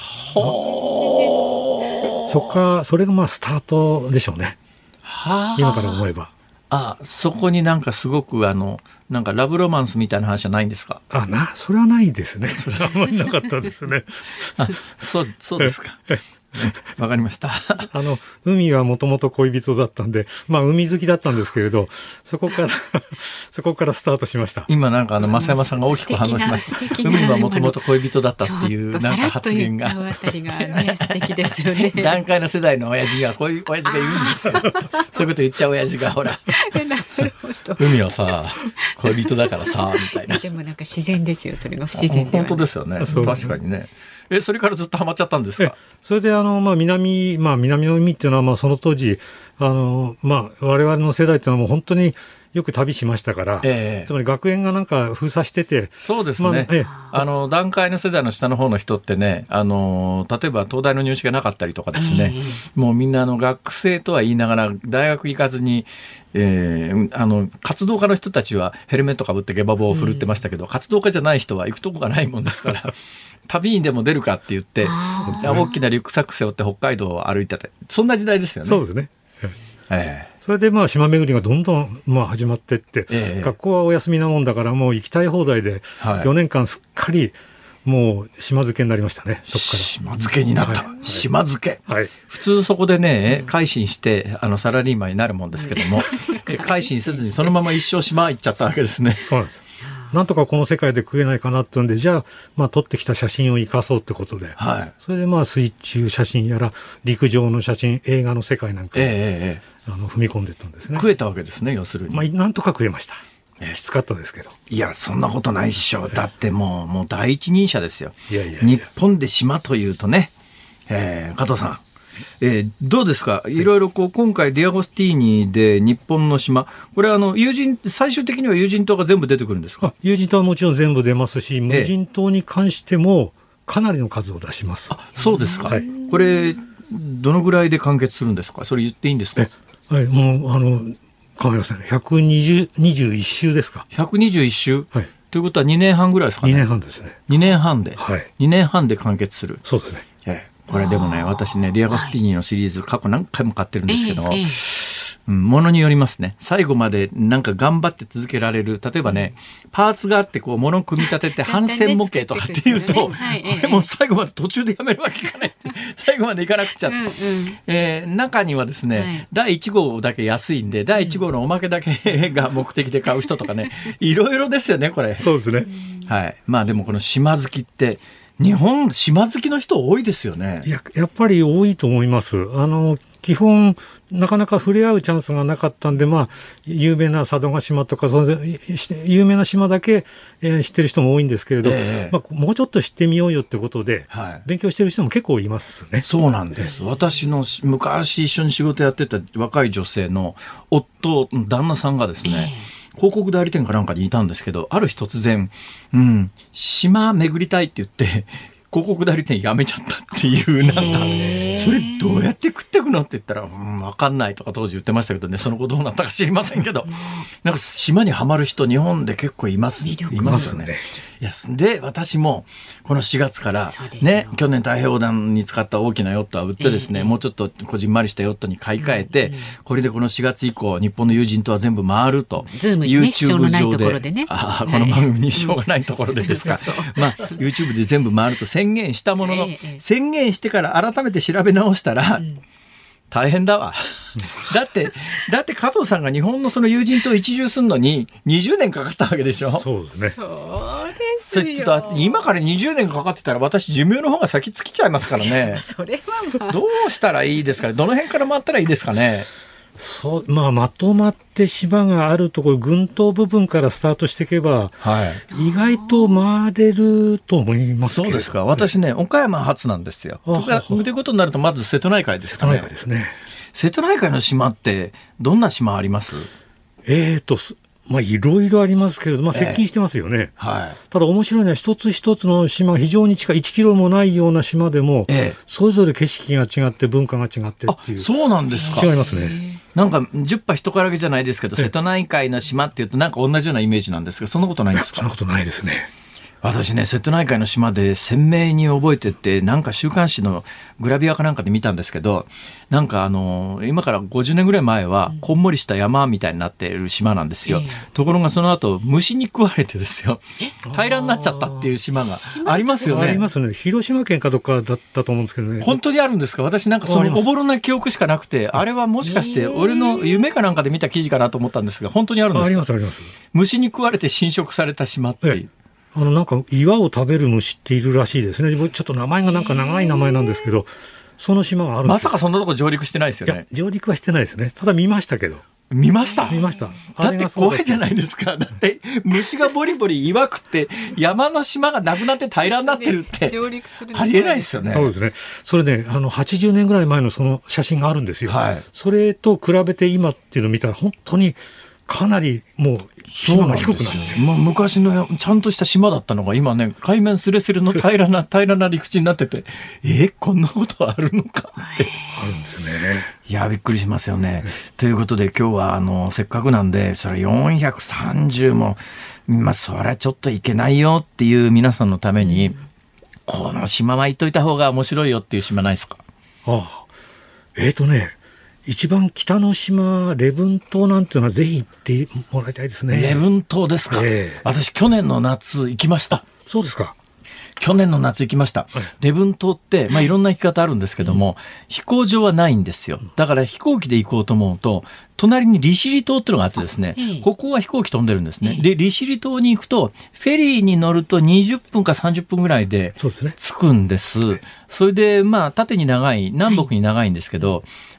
ほー、そっか、それがまあスタートでしょうね。は今から思えば。 あ、そこになんかすごくあのなんかラブロマンスみたいな話はないんですか？ あ、な、それはないですね。それはあんまりなかったですね。 あ、そう、そうですか。わかりました。 あの海はもともと恋人だったんで、まあ海好きだったんですけれど、そこからそこからスタートしました。 今なんかあの増山さんが大きく反応しました。海はもともと恋人だったっていうなんか発言が。 あたりがね素敵ですよね。 段階の世代の親父がこういう親父が言うんですよ。そういうこと言っちゃう親父がほら。海はさ恋人だからさみたいな。 でもなんか自然ですよ。それが不自然ではない。 本当ですよね。確かにね。え、それからずっとハマっちゃったんですか？ それであの、まあ、南、まあ、南の海っていうのは、まあ、その当時あの、まあ、我々の世代っていうのはもう本当によく旅しましたから、えー、つまり学園がなんか封鎖してて、 そうですね、まあえー、あの段階の世代の下の方の人ってね、あの例えば東大の入試がなかったりとかですね、えー、もうみんなあの学生とは言いながら大学行かずに、えー、あの活動家の人たちはヘルメットかぶってゲバ棒を振るってましたけど、うん、活動家じゃない人は行くとこがないもんですから旅にでも出るかって言って大きなリュックサック背負って北海道を歩いてて、そんな時代ですよね。 そうですね、 えーそれでまあ島巡りがどんどんまあ始まっていって、ええ、学校はお休みなもんだからもう行きたい放題でよねんかんすっかりもう島漬けになりましたね。そこから島漬けになった、はい、島漬け、はい、普通そこでね改心してあのサラリーマンになるもんですけども改心せずにそのまま一生島行っちゃったわけですね。 そうなんです。なんとかこの世界で食えないかなってんで、じゃあ、まあ、撮ってきた写真を生かそうってことで、はい、それでまあ水中写真やら陸上の写真、映画の世界なんかに、ええええ、あの踏み込んでいったんですね。 食えたわけですね、要するに。 まあ、なんとか食えました。 きつかったですけど。 いや、そんなことないっしょ。だってもう、もう第一人者ですよ。 いやいやいや、 日本で島というとね、えー、加藤さん、えー、どうですか、いろいろこう今回ディアゴスティーニで日本の島、これあの有人最終的には有人島が全部出てくるんですか？ あ、有人島はもちろん全部出ますし、無人島に関してもかなりの数を出します。 あ、そうですか、 はい、 これどのぐらいで完結するんですか？それ言っていいんですか？ はい、もうあの構いません、ひゃくにじゅう、にじゅういっ周ですか。 ひゃくにじゅういっ周、 はい、 ということはにねんはんぐらいですかね。 にねんはんですね。 にねんはんで、 はい、 にねんはんで完結する。 そうですね。 ええ、これでもね、私ね、ディアゴスティーニのシリーズ過去何回も買ってるんですけど、ええええ、うん、ものによりますね。最後までなんか頑張って続けられる。例えばね、パーツがあってこう物を組み立てて反線模型とかっていうと、これもう最後まで途中でやめるわけいかないって、最後までいかなくちゃって、うんうん、えー、中にはですね、はい、だいいち号だけ安いんで、だいいち号のおまけだけが目的で買う人とかね、いろいろですよね、これ。 そうですね。 はい。まあでもこの島好きって、日本島好きの人多いですよね。 いや、やっぱり多いと思います。あの基本なかなか触れ合うチャンスがなかったんで、まあ有名な佐渡島とかその有名な島だけ、えー、知ってる人も多いんですけれど、えーまあ、もうちょっと知ってみようよってことで、はい、勉強してる人も結構いますね。 そうなんです。私の昔一緒に仕事やってた若い女性の夫旦那さんがですね、えー広告代理店かなんかにいたんですけど、ある日突然、うん、島巡りたいって言って、広告代理店辞めちゃったっていう、なんか、それどうやって食っていくのって言ったら、うん、分かんないとか当時言ってましたけどね、その後どうなったか知りませんけど、なんか島にはまる人、日本で結構います、いますよね。いやで、私もこのしがつからね、去年太平洋横断に使った大きなヨットは売ってですね、えー、もうちょっとこじんまりしたヨットに買い替えて、うんうん、これでこのしがつ以降、日本の有人島は全部回ると、 ズームにね、支障のないところでね。 あ、この番組に支障がないところでですか。まあ、YouTube で全部回ると宣言したものの、えー、宣言してから改めて調べ直したら、うん大変だわ。だって、だって加藤さんが日本のその有人島一周するのににじゅうねんかかったわけでしょ。 そうですね。 そうですよ。それちょっと今からにじゅうねんかかってたら私寿命の方が先尽きちゃいますからね。 それはまあ。 どうしたらいいですかね。どの辺から回ったらいいですかね。 そう、まあ、まとまって島があるところ、群島部分からスタートしていけば、はい、意外と回れると思いますけど。 そうですか。私ね、岡山発なんですよ。ということになると、まず瀬戸内海ですかね。 瀬戸内海ですね。 瀬戸内海の島って、どんな島あります？ えーと、まあ、いろいろありますけれど、まあ、接近してますよね。えーはい、ただ面白いのは一つ一つの島が非常に近いいちキロもないような島でも、えー、それぞれ景色が違って文化が違ってっていう。 そうなんですか。 違いますね。 なんかじゅっぱ人からげじゃないですけど、瀬戸内海の島っていうとなんか同じようなイメージなんですが、そんなことないんですか？ そんなことないですね。 私ね、瀬戸内海の島で鮮明に覚えてて、なんか週刊誌のグラビアかなんかで見たんですけど、なんかあの今からごじゅうねんぐらい前はこんもりした山みたいになっている島なんですよ、えー、ところがその後虫に食われてですよ、平らになっちゃったっていう島がありますよね。 ありますね。広島県かどっかだったと思うんですけどね。 本当にあるんですか？私なんかそのおぼろな記憶しかなくて、あれはもしかして俺の夢かなんかで見た記事かなと思ったんですが、本当にあるんですか？ ありますあります。 虫に食われて侵食された島っていう、ええ、 あのなんか岩を食べる虫っているらしいですね。ちょっと名前がなんか長い名前なんですけど、その島があるんです。 まさかそんなとこ上陸してないですよね。いや上陸はしてないですね。ただ見ましたけど。 見ました見ました。 だって怖いじゃないですか。だって虫がボリボリ岩食って山の島がなくなって平らになってるって上陸するありえないですよね。 そうですね。それね、あのはちじゅうねんぐらい前のその写真があるんですよ、はい、それと比べて今っていうのを見たら本当にかなりもう島が低くなって、 まあ、昔のちゃんとした島だったのが今ね、海面スレスレの平らな平らな陸地になってて、えー、こんなことあるのかってあるんですね。 いやびっくりしますよね。ということで今日はあのせっかくなんで、それよんひゃくさんじゅうも、まあ、それはちょっといけないよっていう皆さんのために、うん、この島は行っといた方が面白いよっていう島ないですか？ ああ、えーとね一番北の島礼文島なんていうのはぜひ行ってもらいたいですね。 礼文島ですか、えー、私去年の夏行きました。 そうですか。 去年の夏行きました。礼文島って、まあ、いろんな行き方あるんですけども、うん、飛行場はないんですよ。だから飛行機で行こうと思うと、隣に利尻島っていうのがあってですね、ええ、ここは飛行機飛んでるんですね。ええ、で、利尻島に行くと、フェリーに乗るとにじゅっぷんかさんじゅっぷんぐらいで着くんです。それで、まあ、縦に長い、南北に長いんですけど、はい、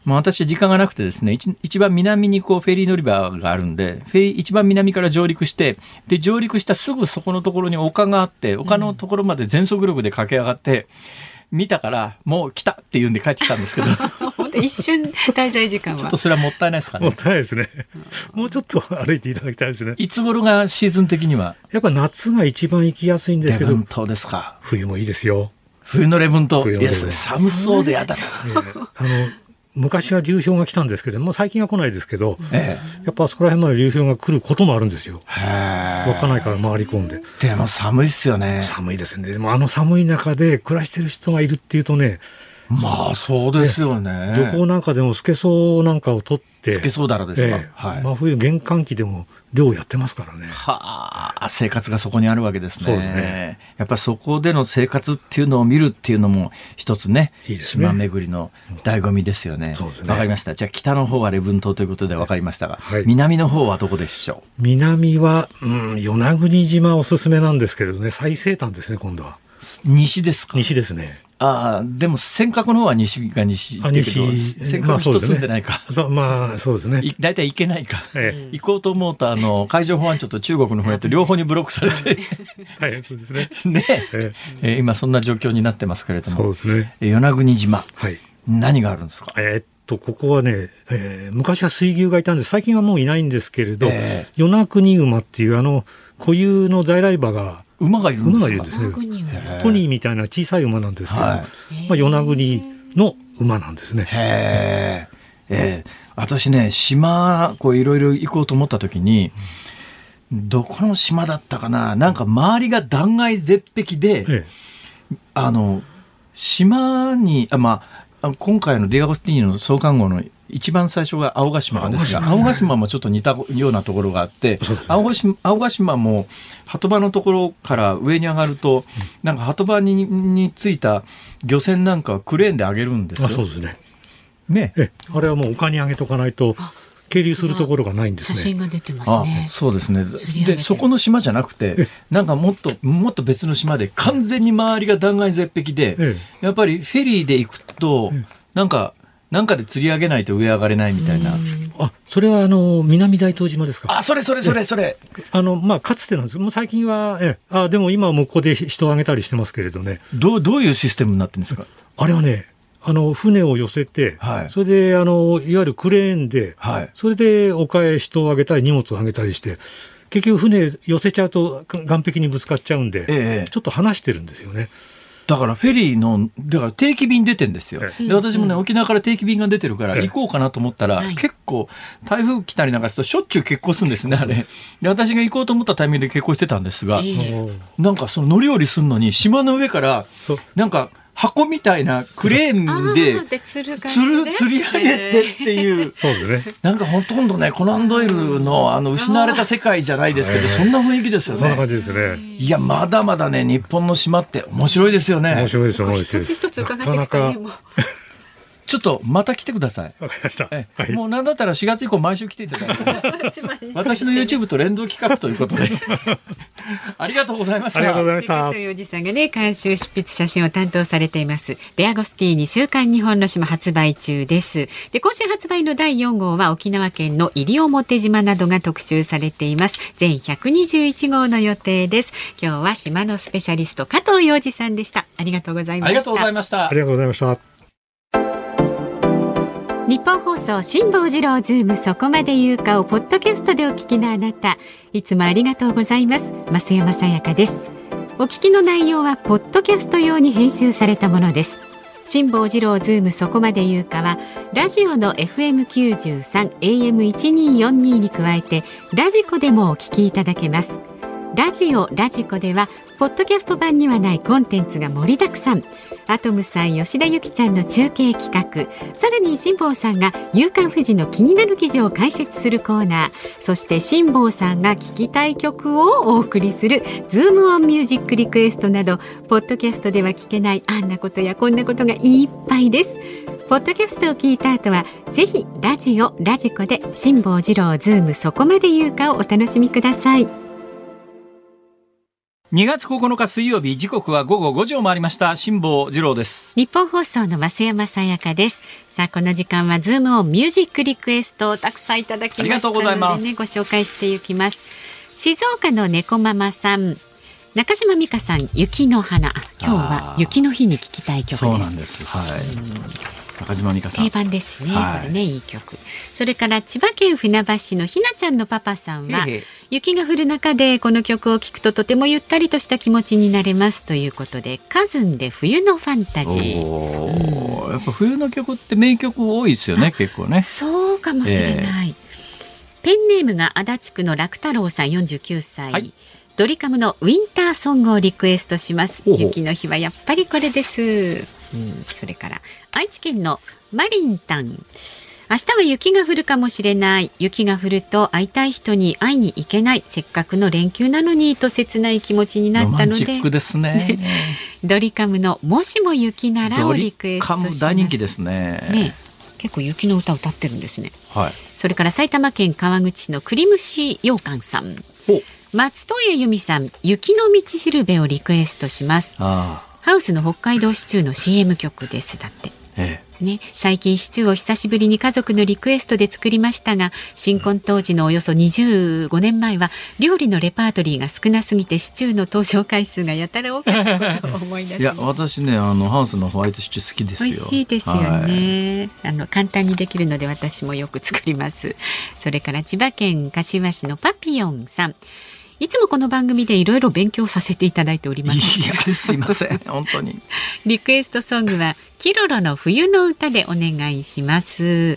もう私時間がなくてですね、一, 一番南にこうフェリー乗り場があるんで、フェリー一番南から上陸して、で上陸したすぐそこのところに丘があって、丘のところまで全速力で駆け上がって、うん、見たからもう来たって言うんで帰ってきたんですけど本当一瞬滞在時間はちょっとそれはもったいないですかね。 もったいないですね。もうちょっと歩いていただきたいですね。 いつ頃がシーズン的には？ やっぱ夏が一番行きやすいんですけど。 礼文島ですか。 冬もいいですよ。 冬の礼文島。いや、寒そうでやだな。 えー、あの昔は流氷が来たんですけども、最近は来ないですけど、ええ、やっぱあそこら辺まで流氷が来ることもあるんですよ。稚内から回り込んで。 でも寒いっすよね。 寒いですね。でもあの寒い中で暮らしてる人がいるっていうとね、 まあそうですよね。 漁港なんかでもスケソウなんかを取って、 スケソウダラですか、 ええ、はい、真冬玄関期でも漁をやってますからね。 はあ、生活がそこにあるわけですね。 そうですね。 やっぱりそこでの生活っていうのを見るっていうのも一つね、いいですね、島巡りの醍醐味ですよね。そうですね。わかりました。じゃあ北の方は礼文島ということでわかりましたが、はい、南の方はどこでしょう？ 南は、うん、与那国島おすすめなんですけれどね、最西端ですね、今度は。 西ですか？ 西ですね。 ああ、でも尖閣の方は西が西だけど、尖閣人住んでないか。 まあ、まあ、そうですね。 だいたい行けないか。ええ、行こうと思うと、あの、海上保安庁と中国の方やと両方にブロックされて。 大変そうですね。 ねえええ、今そんな状況になってますけれども。 そうですね。 与那国島。 はい。 何があるんですか？ えー、っと、ここはね、えー、昔は水牛がいたんです。最近はもういないんですけれど、えー、与那国馬っていうあの、固有の在来馬が、 馬がいるんですか？ 馬がいるんですね。ポニーみたいな小さい馬なんですけど、はい、まあ、与那国の馬なんですね。 へー、えー、私ね、島こういろいろ行こうと思った時に、どこの島だったかな、なんか周りが断崖絶壁で、ええ、あの島にあ、まあ、今回のディアゴスティーニの創刊号の一番最初が青ヶ島ですが、青ヶ島もちょっと似たようなところがあって、青ヶ島、青ヶ島も鳩場のところから上に上がると、なんか鳩場にについた漁船なんかはクレーンで上げるんですよ。 あ、そうですね。 ね、 えあれはもう丘に上げとかないと係留するところがないんですね。 写真が出てますね。 あ、そうですね。で、そこの島じゃなくて、なんかもっともっと別の島で完全に周りが断崖絶壁で、ええ、やっぱりフェリーで行くと、ええ、なんかなんかで釣り上げないと上上がれないみたいな。 あ、それはあの南大東島ですか？ あ、それそれそれそれ。 あのまあかつてなんです。もう最近はえあでも今はもうここで人を上げたりしてますけれどね。 どうどういうシステムになってるんですか？ あれはね、あの船を寄せて、はい、それであのいわゆるクレーンで、はい、それで丘へ人を上げたり荷物を上げたりして、結局船寄せちゃうと岸壁にぶつかっちゃうんで、ええ、ちょっと離してるんですよね。 だからフェリーのだから定期便出てんですよ。で私もね、沖縄から定期便が出てるから行こうかなと思ったら、結構台風来たりなんかするとしょっちゅう欠航するんですね、あれ。で私が行こうと思ったタイミングで欠航してたんですが、なんかその乗り降りするのに島の上からなんか箱みたいなクレーンでつる釣り上げてっていう、 そうですね。 なんかほとんどねコナンドイルのあの失われた世界じゃないですけど、そんな雰囲気ですよね。 そんな感じですね。 いや、まだまだね、日本の島って面白いですよね。 面白いですよ。 一つ一つ伺ってきたね。もうちょっとまた来てください。 わかりました。 え、はい、もうなんだったらしがつ以降毎週来ていただいて、ね、私の YouTube と連動企画ということでありがとうございました。 ありがとうございました。 というおじさんがね、監修執筆写真を担当されていますデアゴスティーニ週刊日本の島発売中です。で、今週発売のだいよん号は沖縄県の西表島などが特集されています。全ひゃくにじゅういち号の予定です。今日は島のスペシャリスト加藤洋二さんでした。ありがとうございました。 ありがとうございました。 ありがとうございました。 日本放送辛坊治郎ズームそこまで言うかをポッドキャストでお聞きのあなた、いつもありがとうございます。増山さやかです。お聞きの内容はポッドキャスト用に編集されたものです。辛坊治郎ズームそこまで言うかはラジオの エフエムきゅうじゅうさん エーエムせんにひゃくよんじゅうに に加えてラジコでもお聞きいただけます。ラジオラジコではポッドキャスト版にはないコンテンツが盛りだくさん。アトムさん、吉田ゆきちゃんの中継企画、さらに辛坊さんが夕刊フジの気になる記事を解説するコーナー、そして辛坊さんが聴きたい曲をお送りするズームオンミュージックリクエストなど、ポッドキャストでは聞けないあんなことやこんなことがいっぱいです。ポッドキャストを聞いた後はぜひラジオラジコで辛坊治郎ズームそこまで言うかをお楽しみください。 にがつここのか水曜日、時刻は午後ごじを回りました。辛坊治郎です。 日本放送の増山さやかです。さあ、この時間はズームオンミュージックリクエストをたくさんいただきましたので、ね、 ありがとうございます。 ご紹介していきます。静岡の猫ママさん、中島美嘉さん、雪の花。今日は雪の日に聴きたい曲です。 そうなんです。はい。中島美嘉さん定番ですね、はい、これね、いい曲。それから千葉県船橋市のひなちゃんのパパさんは、へへ、雪が降る中でこの曲を聴くととてもゆったりとした気持ちになれますということで、カズンで冬のファンタジー。 お、うん、やっぱ冬の曲って名曲多いですよね、結構ね。 そうかもしれない、えー、ペンネームが足立区の楽太郎さんよんじゅうきゅうさい、はい、ドリカムのウィンターソングをリクエストします。ほうほう、雪の日はやっぱりこれです。うん、それから愛知県のマリンタン、明日は雪が降るかもしれない、雪が降ると会いたい人に会いに行けない、せっかくの連休なのにと切ない気持ちになったので、 ロマンチックですねドリカムのもしも雪ならをリクエストします。 ドリカム大人気ですね。 ね、結構雪の歌歌ってるんですね、 はい、それから埼玉県川口市の栗蒸し羊羹さん、松任谷由実さん、雪の道しるべをリクエストします。あ、ハウスの北海道シチューの シーエム 曲です。だって、ええね、最近シチューを久しぶりに家族のリクエストで作りましたが、新婚当時のおよそにじゅうごねんまえは料理のレパートリーが少なすぎてシチューの登場回数がやたら多かったことを思い出します。 いや、私ね、あのハウスのホワイトシチュー好きですよ。 美味しいですよね、はい、あの簡単にできるので私もよく作ります。それから千葉県柏市のパピヨンさん、いつもこの番組でいろいろ勉強させていただいております。 いや、すいません本当に。 リクエストソングはキロロの冬の歌でお願いします。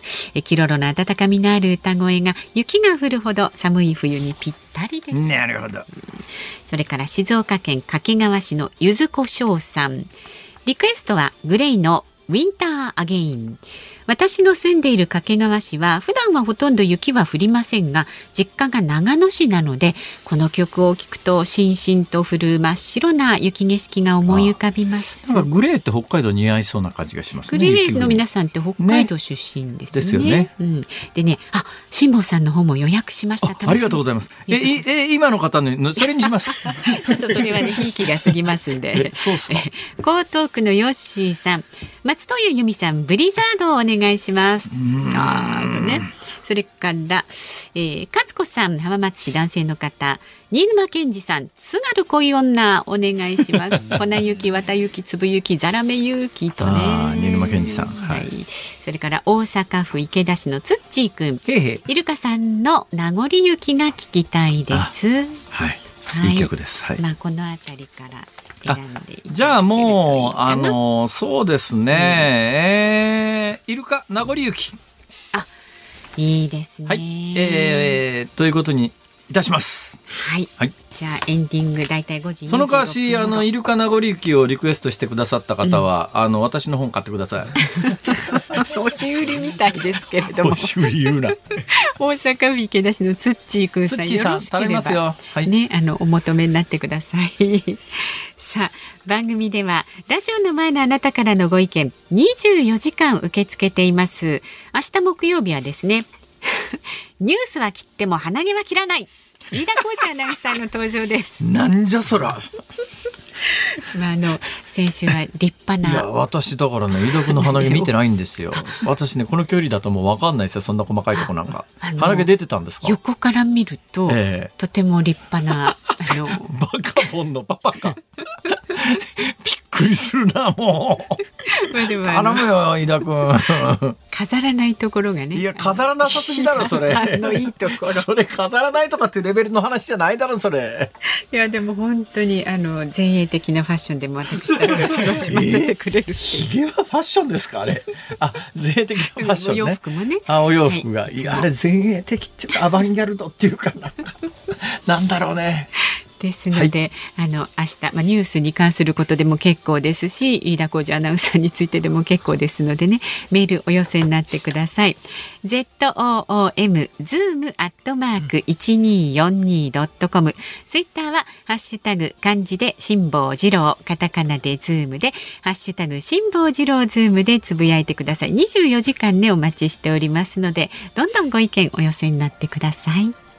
えキロロの温かみのある歌声が雪が降るほど寒い冬にぴったりです。 なるほど。 それから静岡県掛川市のゆずこしょうさん、リクエストはグレイのウィンターアゲイン。私の住んでいる掛川市は普段はほとんど雪は降りませんが、実家が長野市なので、この曲を聴くとしんしんと降る真っ白な雪景色が思い浮かびます。 なんかグレーって北海道似合いそうな感じがしますね。 グレーの皆さんって北海道出身ですね。 ですよね、 うん、でね、あ、辛坊さんの方も予約しました。 あ, ありがとうございます。ええ今の方のそれにしますちょっとそれはね、ひいきが過ぎますんで。 そうですか。 江東区のヨッシーさん、松任谷由実さん、ブリザードをお願いします。あーね、それから、えー、勝子さん、浜松市男性の方、新沼健二さん、津軽恋女お願いします。粉雪、綿雪、粒雪、ザラメ雪とね。 新沼健二さん、 はい、はい、それから大阪府池田市のつっちーくん、へへ、イルカさんの名残雪が聞きたいです。はい、 はい、いい曲です。はい、 まあ、このあたりから選んでいただけるといいかな。 じゃあもうあのそうですね、うん、えー、イルカ名残雪、 あ、いいですね、 はい、えー、ということにいたします。 はい、はい、じゃあエンディングだいたいごじにじゅうろっぷん。 その代わし、あのイルカ名残雪をリクエストしてくださった方は、うん、あの私の本買ってください。 押し売りみたいですけれども。 押し売り言うな。 大阪府池田市のつっちーくんさん、よろしければますよ、はい、 ね、あのお求めになってください。さあ、番組ではラジオの前のあなたからのご意見にじゅうよじかん受け付けています。明日木曜日はですねニュースは切っても鼻毛は切らない、飯田浩二アナウンサーの登場です。 なんじゃそら。 まあ、あの先週は立派な。 いや、私だからね、飯田君の鼻毛見てないんですよ。私ね、この距離だともう分かんないですよ、そんな細かいとこなんか。鼻毛出てたんですか。 横から見ると、えー、とても立派なあのバカボンのパパか。びっくりするな、もう。まあでも頼むよ、飯田君。 飾らないところがね。 いや、飾らなさすぎだろそれ。 さんのいいところ。 それ飾らないとかっていうレベルの話じゃないだろそれ。 いや、でも本当にあの前衛的なファッションでも私たちを楽しませてくれる。 ひげはファッションですかあれ。あ、前衛的なファッションね。 お洋服もね。 あ、お洋服が、はい、いや、あれ前衛的っていうかアバンギャルドっていうかなんかなんだろうね。 ですので、はい、あの明日、まあ、ニュースに関することでも結構ですし、飯田浩二アナウンサーについてでも結構ですのでね、メールお寄せになってください。 ズーム ズーム アットマーク いちにーよんにー ドットコム、 ツイッターはハッシュタグ漢字で辛坊治郎、カタカナでズームでハッシュタグ辛坊治郎ズームでつぶやいてください。にじゅうよじかんね、お待ちしておりますので、どんどんご意見お寄せになってください。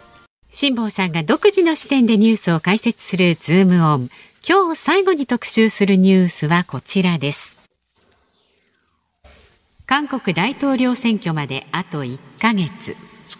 辛坊さんが独自の視点でニュースを解説するズームオン。今日最後に特集するニュースはこちらです。韓国大統領選挙まであといっかげつ。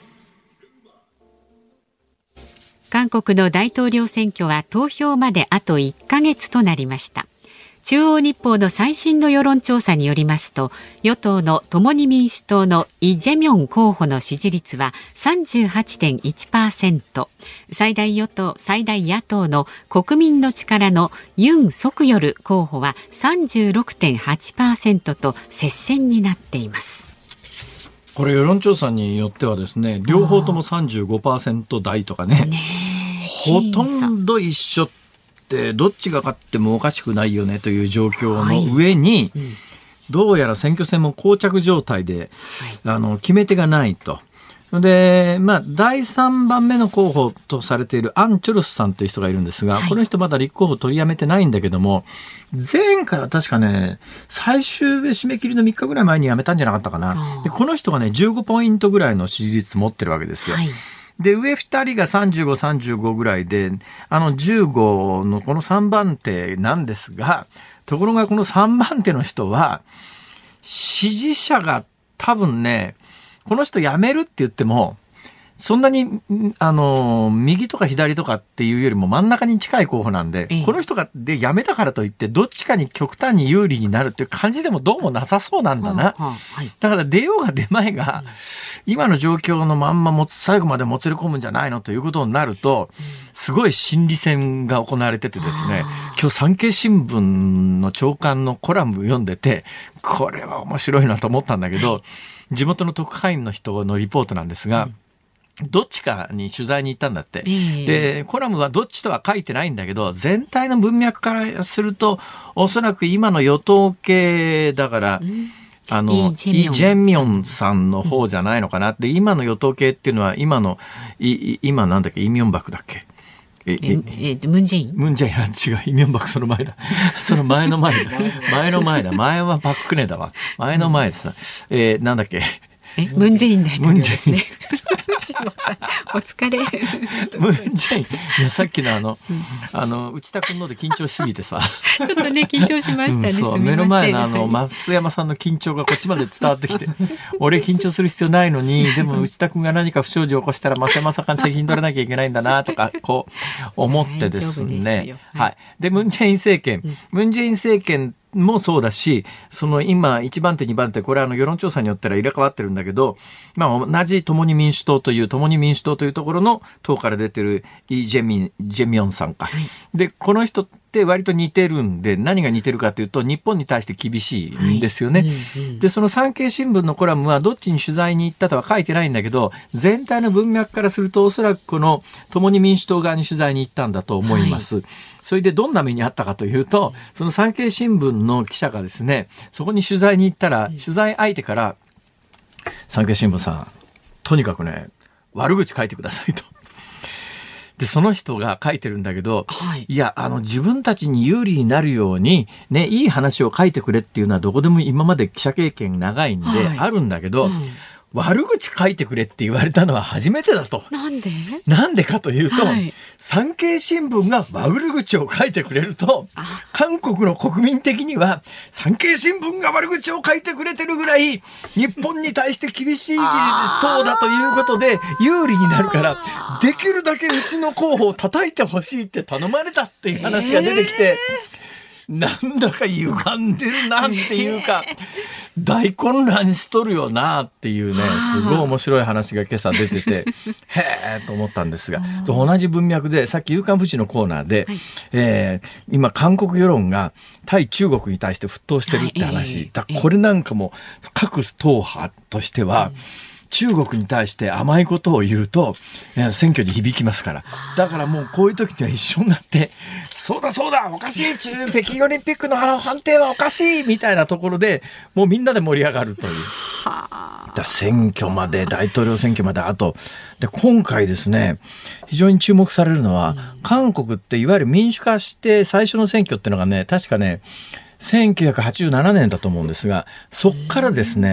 韓国の大統領選挙は投票まであといっかげつとなりました。中央日報の最新の世論調査によりますと、与党の共に民主党のイ・ジェミョン候補の支持率は さんじゅうはちてんいちパーセント、最大与党最大野党の国民の力のユン・ソクヨル候補は さんじゅうろくてんはちパーセント と接戦になっています。 これ世論調査によってはですね、両方とも さんじゅうごパーセント 台とかね、ねほとんど一緒ってどっちが勝ってもおかしくないよねという状況の上に、はいうん、どうやら選挙戦も膠着状態で、はい、あの決め手がないと。で、まあ、だいさんばんめの候補とされているアン・チョルスさんという人がいるんですが、はい、この人まだ立候補取りやめてないんだけども、前回は確かね、最終締め切りのみっかぐらい前に辞めたんじゃなかったかな。で、この人がね、じゅうごポイントぐらいの支持率持ってるわけですよ。はい、で、上ふたりがさんじゅうご、さんじゅうごぐらいで、あのじゅうごのこのさんばん手なんですが、ところがこのさんばん手の人は、支持者が多分ね、この人辞めるって言っても、そんなに、あの、右とか左とかっていうよりも真ん中に近い候補なんで、うん、この人がで辞めたからといって、どっちかに極端に有利になるっていう感じでもどうもなさそうなんだな。はあはあはい、だから出ようが出まいが、うん、今の状況のまんまもつ最後までもつれ込むんじゃないのということになると、うん、すごい心理戦が行われててですね、今日産経新聞の長官のコラム読んでて、これは面白いなと思ったんだけど、はい地元の特派員の人のリポートなんですが、うん、どっちかに取材に行ったんだって、えー、でコラムはどっちとは書いてないんだけど、全体の文脈からするとおそらく今の与党系だから、うん、あのイ・ジェミョンさんの方じゃないのかなって、今の与党系っていうのは今のい今なんだっけイ・ミョンバクだっけえええムンジェインムンジェイン違うイ・ミョンバクその前だその前の前だ前の前だ前はパククネだわ前の前でさ、えー、なんだっけえムンジェイン大統領ですねお疲れムンジェインいやさっきのあの、うん、あの内田君ので緊張しすぎてさちょっとね緊張しましたね、うん、 そう目の前のあの増山さんの緊張がこっちまで伝わってきて俺緊張する必要ないのにでも内田君が何か不祥事を起こしたら増山さんから責任取らなきゃいけないんだなとかこう思ってですねはい、でムンジェイン政権、うん、ムンジェイン政権もそうだし、その今いちばん手にばん手これはあの世論調査によっては入れ替わってるんだけど、まあ同じ共に民主党という共に民主党というところの党から出てるイ・ジェミ、ジェミョンさんか、はい、でこの人って割と似てるんで、何が似てるかというと日本に対して厳しいんですよね、はいうんうん、でその産経新聞のコラムはどっちに取材に行ったとは書いてないんだけど、全体の文脈からするとおそらくこの共に民主党側に取材に行ったんだと思います、はい、それでどんな目にあったかというと、その産経新聞の記者がですね、そこに取材に行ったら、取材相手から産経新聞さんとにかくね悪口書いてくださいと。でその人が書いてるんだけど、はい、いやあの自分たちに有利になるようにねいい話を書いてくれっていうのはどこでも今まで記者経験長いんであるんだけど、はいうん悪口書いてくれって言われたのは初めてだと。 なんで？ なんでかというと、はい、産経新聞が悪口を書いてくれると、韓国の国民的には産経新聞が悪口を書いてくれてるぐらい日本に対して厳しい党だということで有利になるから、できるだけうちの候補を叩いてほしいって頼まれたっていう話が出てきて、えー、なんだか歪んでるなっていうか、大混乱しとるよなっていうね、すごい面白い話が今朝出ててへーと思ったんですが、同じ文脈でさっき夕刊フジのコーナーで、はいえー、今韓国世論が対中国に対して沸騰してるって話、はいえー、だこれなんかも各党派としては、うん中国に対して甘いことを言うと選挙に響きますから、だからもうこういう時には一緒になってそうだそうだおかしい中北京オリンピックの判定はおかしいみたいなところでもうみんなで盛り上がるというだ選挙まで大統領選挙まであとで今回ですね非常に注目されるのは、うん、韓国っていわゆる民主化して最初の選挙っていうのがね確かねせんきゅうひゃくはちじゅうななねんだと思うんですがそっからですね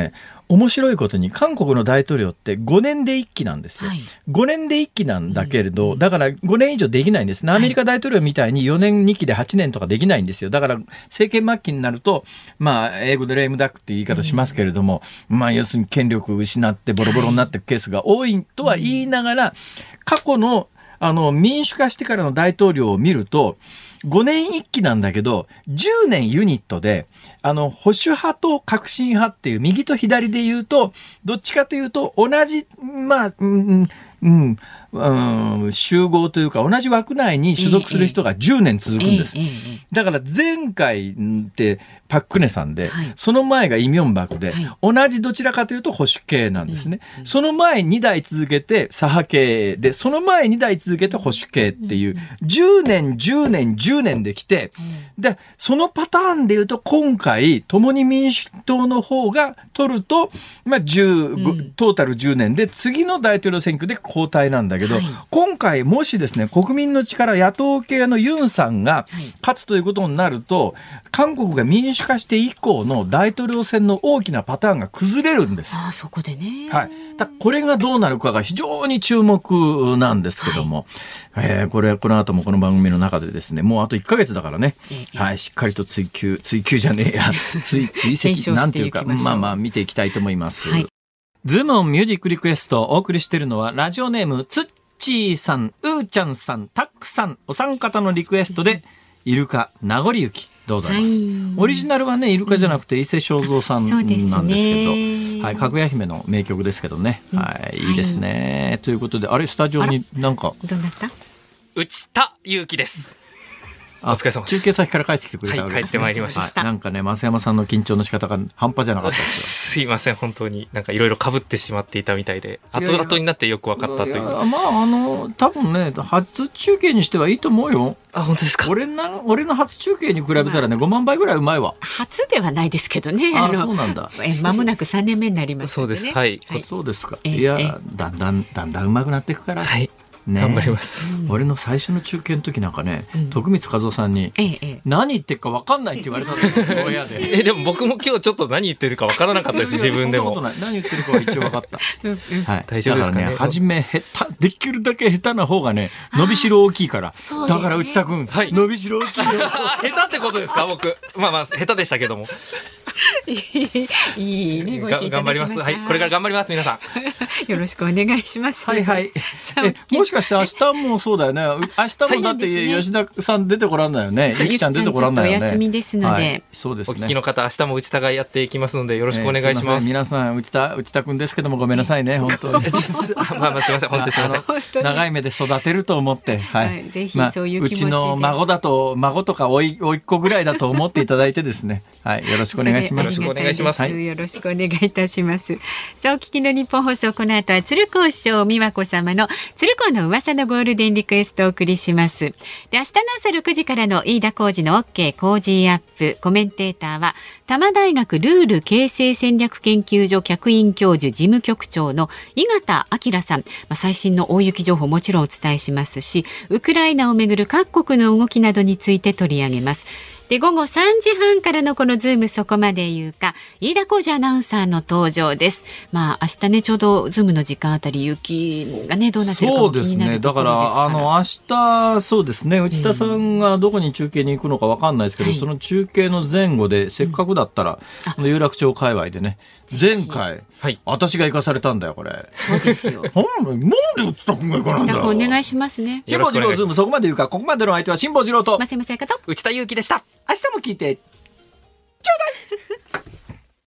面白いことに韓国の大統領ってごねんでいっきなんですよ、はい、ごねんでいっきなんだけれど、うん、だからごねん以上できないんですね。アメリカ大統領みたいによねんにきではちねんとかできないんですよ。だから政権末期になると、まあ、英語でレイムダックっていう言い方しますけれども、うん、まあ要するに権力を失ってボロボロになっていくケースが多いとは言いながら、過去のあの民主化してからの大統領を見るとごねんいっきなんだけどじゅうねんユニットで、あの保守派と革新派っていう右と左で言うとどっちかというと同じ、まあ、うんうんうん、集合というか同じ枠内に所属する人がじゅうねん続くんです、ええええ、だから前回ってパククネさんで、はい、その前がイ・ミョンバクで、はい、同じどちらかというと保守系なんですね、うんうん、その前にだい続けて左派系で、その前にだい続けて保守系っていう、うん、じゅうねんじゅうねんじゅうねんできて、うん、でそのパターンでいうと今回共に民主党の方が取ると、まあ、じゅう、うん、トータルじゅうねんで次の大統領選挙で交代なんだけど、はい、今回もしですね国民の力野党系のユンさんが勝つということになると、韓国が民主化して以降の大統領選の大きなパターンが崩れるんです。 ああ、そこでね、 はい、だこれがどうなるかが非常に注目なんですけども、はい、えー、これこの後もこの番組の中でですね、もうあといっかげつだからね、はい、しっかりと追求追求じゃねえや追追跡なんていうか、まあまあ見ていきたいと思います。はい、ズームオンミュージックリクエストをお送りしているのはラジオネームつっちーさん、うーちゃんさん、たっくさん、お三方のリクエストでイルカ名残雪どうぞざいます、はい、オリジナルはねイルカじゃなくて伊勢正三さんなんですけど、ね、はい、かぐや姫の名曲ですけどね、うん、はい、いいですね、はい、ということで、あれスタジオになんかどうなった？ 内田祐樹です。 お疲れ様です。中継先から帰ってきてくれたわけですね。 はい、帰ってまいりました。 はい、なんかね、増山さんの緊張の仕方が半端じゃなかったですよ。 すいません、本当になんかいろいろ被ってしまっていたみたいで、後々になってよく分かったという。いやいや、 まああの多分ね、初中継にしてはいいと思うよ。 あ、本当ですか。 俺な俺の初中継に比べたらね、ごまんばいぐらいうまいわ。 初ではないですけどね。 ああ、そうなんだ。 え、間もなくさんねんめになりますのでね。 そうです。はい。 はい、そうですか。いや、だんだんだんだん上手くなっていくから。 はい。ね、頑張ります、 うん、俺の最初の中継の時なんかね、うん、徳光和夫さんに、ええ、何言ってるか分かんないって言われたんだよ親で。 えでも僕も今日ちょっと何言ってるか分からなかったです自分でも。 そんなことない、何言ってるかは一応分かった、 はい、大丈夫ですかね。だからね、 初め下手できるだけ下手な方がね伸びしろ大きいから、だから内田君、はい、伸びしろ大きいよ下手ってことですか。僕まあまあ下手でしたけどもいいね、ご頑張ります。はい、これから頑張ります皆さん。よろしくお願いします。 はいはい。え、もしかして明日もそうだよね。明日もだって吉田さん出てこらんないよね。ゆきちゃん出てこらんないよね。 お休みですので、はい、 そうですね。 お聞きの方、明日も内田がやっていきますのでよろしくお願いします。えー、すみません皆さん内田内田くんですけどもごめんなさいね本当に。 まあまあすみません本当にすみません。 長い目で育てると思って、はい。はい、 ぜひそういう気持ちで、 まあ、うちの孫だと孫とかおいおいっ子ぐらいだと思っていただいてですね。はい、よろしくお願いします。 よろしくお願いします。 はい、よろしくお願いいたします。さあ、お聞きの日本放送、この後は鶴光師匠美和子様の鶴光の噂のゴールデンリクエストをお送りします。で、明日の朝ろくじからの飯田浩司の OK 工事アップ、コメンテーターは多摩大学ルール形成戦略研究所客員教授事務局長の井形明さん、まあ、最新の大雪情報もちろんお伝えしますし、ウクライナをめぐる各国の動きなどについて取り上げます。で、午後さんじはんからのこのズームそこまで言うか、飯田浩司アナウンサーの登場です。まあ明日ね、ちょうどズームの時間あたり雪がねどうなってるかも気になるところですから。 そうですね。だからあの明日そうですね、内田さんがどこに中継に行くのかわかんないですけど、うん、その中継の前後でせっかくだったら、うん、有楽町界隈でね、前回、はい、私が行かされたんだよこれ。 そうですよ。 なんで内田君が行かないんだよ。 内田君お願いしますね。 辛坊治郎ズームそこまで言うか。ここまでの相手は辛坊治郎と増山さやかと内田裕樹でした。 明日も聞いてちょうだい。